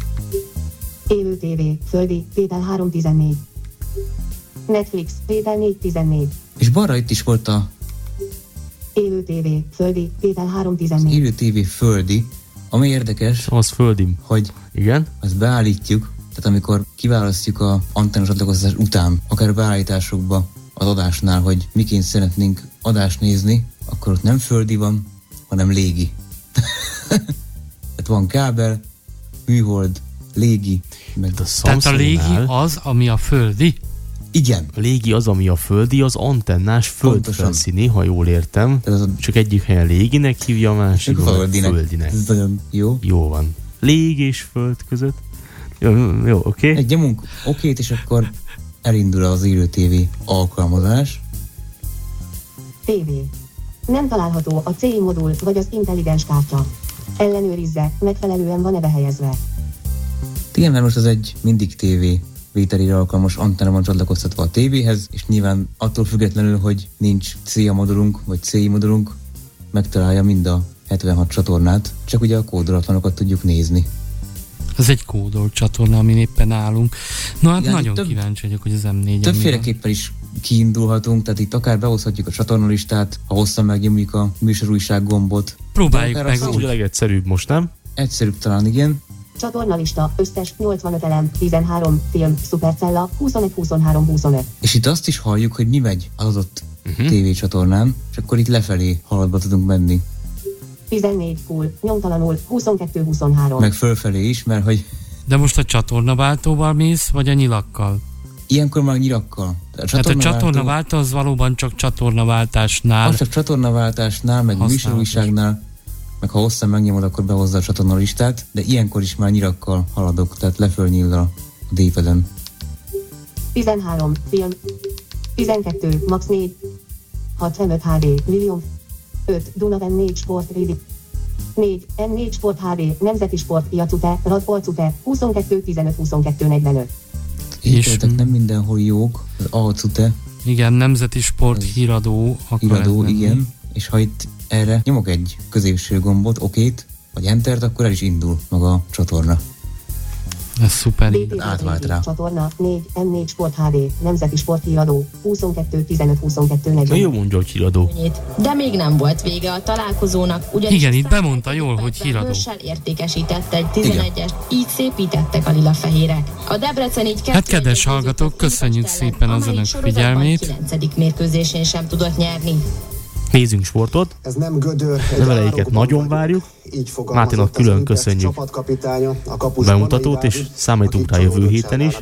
Élő tévé, földi, tétel 3-14. Netflix, tétel 4-14. És balra itt is volt a Élő tévé, földi, tétel 3-14. élő TV földi, ami érdekes, Az földim. hogy Igen? azt beállítjuk, tehát amikor kiválasztjuk a antenna csatlakozás után, akár a beállításokba az adásnál, hogy miként szeretnénk adást nézni, akkor ott nem földi van, hanem légi. Tehát van kábel, műhold, légi. Meg tehát a légi az, ami a földi? Igen. A légi az, ami a földi, az antennás földfelszíni, ha jól értem. Csak egyik helyen léginek hívja, a másik földinek. Ez nagyon jó. Jó van. Lég és föld között. Jó, oké. Egy nyomunk okét, és akkor elindul az Élő TV alkalmazás. TV. Nem található a CI modul vagy az intelligens kártya. Ellenőrizze, megfelelően van-e behelyezve. Igen, mert most az egy mindig TV vételére alkalmas antenna van csatlakoztatva a tévéhez, és nyilván attól függetlenül, hogy nincs CA modulunk, vagy CI modulunk, megtalálja mind a 76 csatornát, csak ugye a kódolatlanokat tudjuk nézni. Ez egy kódolt csatorna, amin éppen állunk. Na hát igen, nagyon kíváncsi vagyok, hogy az M4-en többféleképpen is kiindulhatunk, tehát itt akár behozhatjuk a csatornalistát, ha hosszan megnyomjuk a műsorújság gombot. Próbáljuk meg. Az a legegyszerűbb most, nem? Egyszerűbb talán, igen. Csatornalista, összes 85 elem, 13, film, szupercella, 21-23-25. És itt azt is halljuk, hogy mi megy az adott tévécsatornán, és akkor itt lefelé haladva tudunk menni. 14 full, nyomtalanul, 22-23. Meg fölfelé is, mert hogy... De most a csatornaváltóval mész, vagy a nyilakkal? Ilyenkor már nyilakkal. Tehát a csatornaváltó az valóban csak csatornaváltásnál. Az csak csatornaváltásnál, meg műsorújságnál, meg ha hosszan megnyomod, akkor behozza a csatornalistát, de ilyenkor is már nyilakkal haladok, tehát lefölnyíl a D-peden. 13, film, 12, max 4, 65 HD, millió, 5, Dunaven 4 Sport Rédi, 4, M4 Sport HD, Nemzeti Sport, Iacute, Radpolcute, 22-15-22-45. Ételtek nem mindenhol jók, az Aacute. Igen, Nemzeti Sport híradó. Híradó, igen. És ha itt erre nyomok egy középső gombot, okét, vagy entert, akkor el is indul maga a csatorna. Ez szuper. Átvált rá. Csatorna 4, M4 Sport HD, Nemzeti Sport híradó, 22-15-22-40. Jó mondja, hogy híradó. De még nem volt vége a találkozónak, ugyanis igen, itt bemondta jól, hogy híradó. Értékesített egy 11-est, így szépítettek a lila-fehérek. A Debrecen így hát kedves hallgatók, köszönjük szépen az önök figyelmét. 9. mérkőzésén sem tudott nyerni. Nézzünk sportot. Ez nem gödör. Leveleiket nagyon várjuk. Máténak külön köszönjük a bemutatót, és számítunk rá jövő héten is.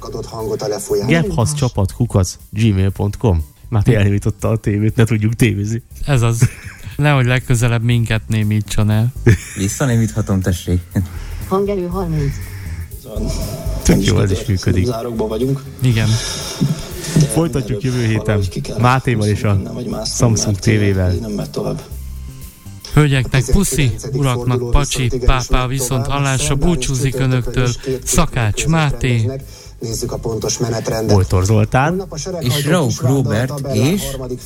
gebhaszcsapat@gmail.com. Máté elindította a tévét, ne tudjuk tévézni. Ez az. Nehogy legközelebb minket némítson el. Visszanémíthatom, tessék. Hangerő 30. Tök jó, ez is működik. Zárokban vagyunk. Igen. Folytatjuk jövő héten Mátéval és a Samsung TV-vel. Hölgyeknek puszi, uraknak pacsi, pápá viszont hallásra búcsúzik önöktől Szakács Máté, Nézzük a pontos menetrendet. Bojtor Zoltán és Rauk Róbert és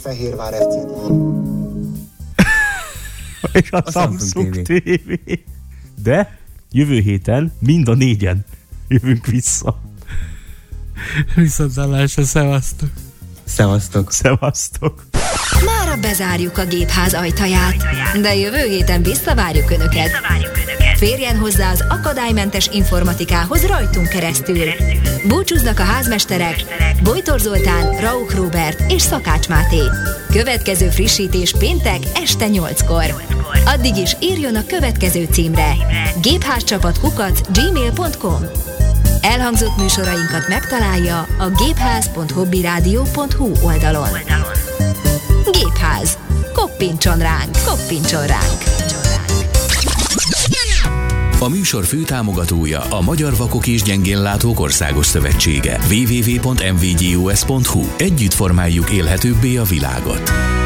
a Samsung TV. De jövő héten mind a négyen jövünk vissza. Viszontlátásra, szevasztok! Szevasztok! Szevasztok! Mára bezárjuk a gépház ajtaját, de jövő héten visszavárjuk Önöket. Férjen hozzá az akadálymentes informatikához rajtunk keresztül. Búcsúznak a házmesterek Bojtor Zoltán, Rauk Róbert és Szakács Máté. Következő frissítés péntek este 8-kor. Addig is írjon a következő címre: gépházcsapat@gmail.com. Elhangzott műsorainkat megtalálja a gépház.hobbiradio.hu oldalon. Gépház. Koppintson ránk, koppintson ránk. A műsor főtámogatója a Magyar Vakok és Gyengénlátók Országos Szövetsége. www.mvgus.hu. Együtt formáljuk élhetőbbé a világot.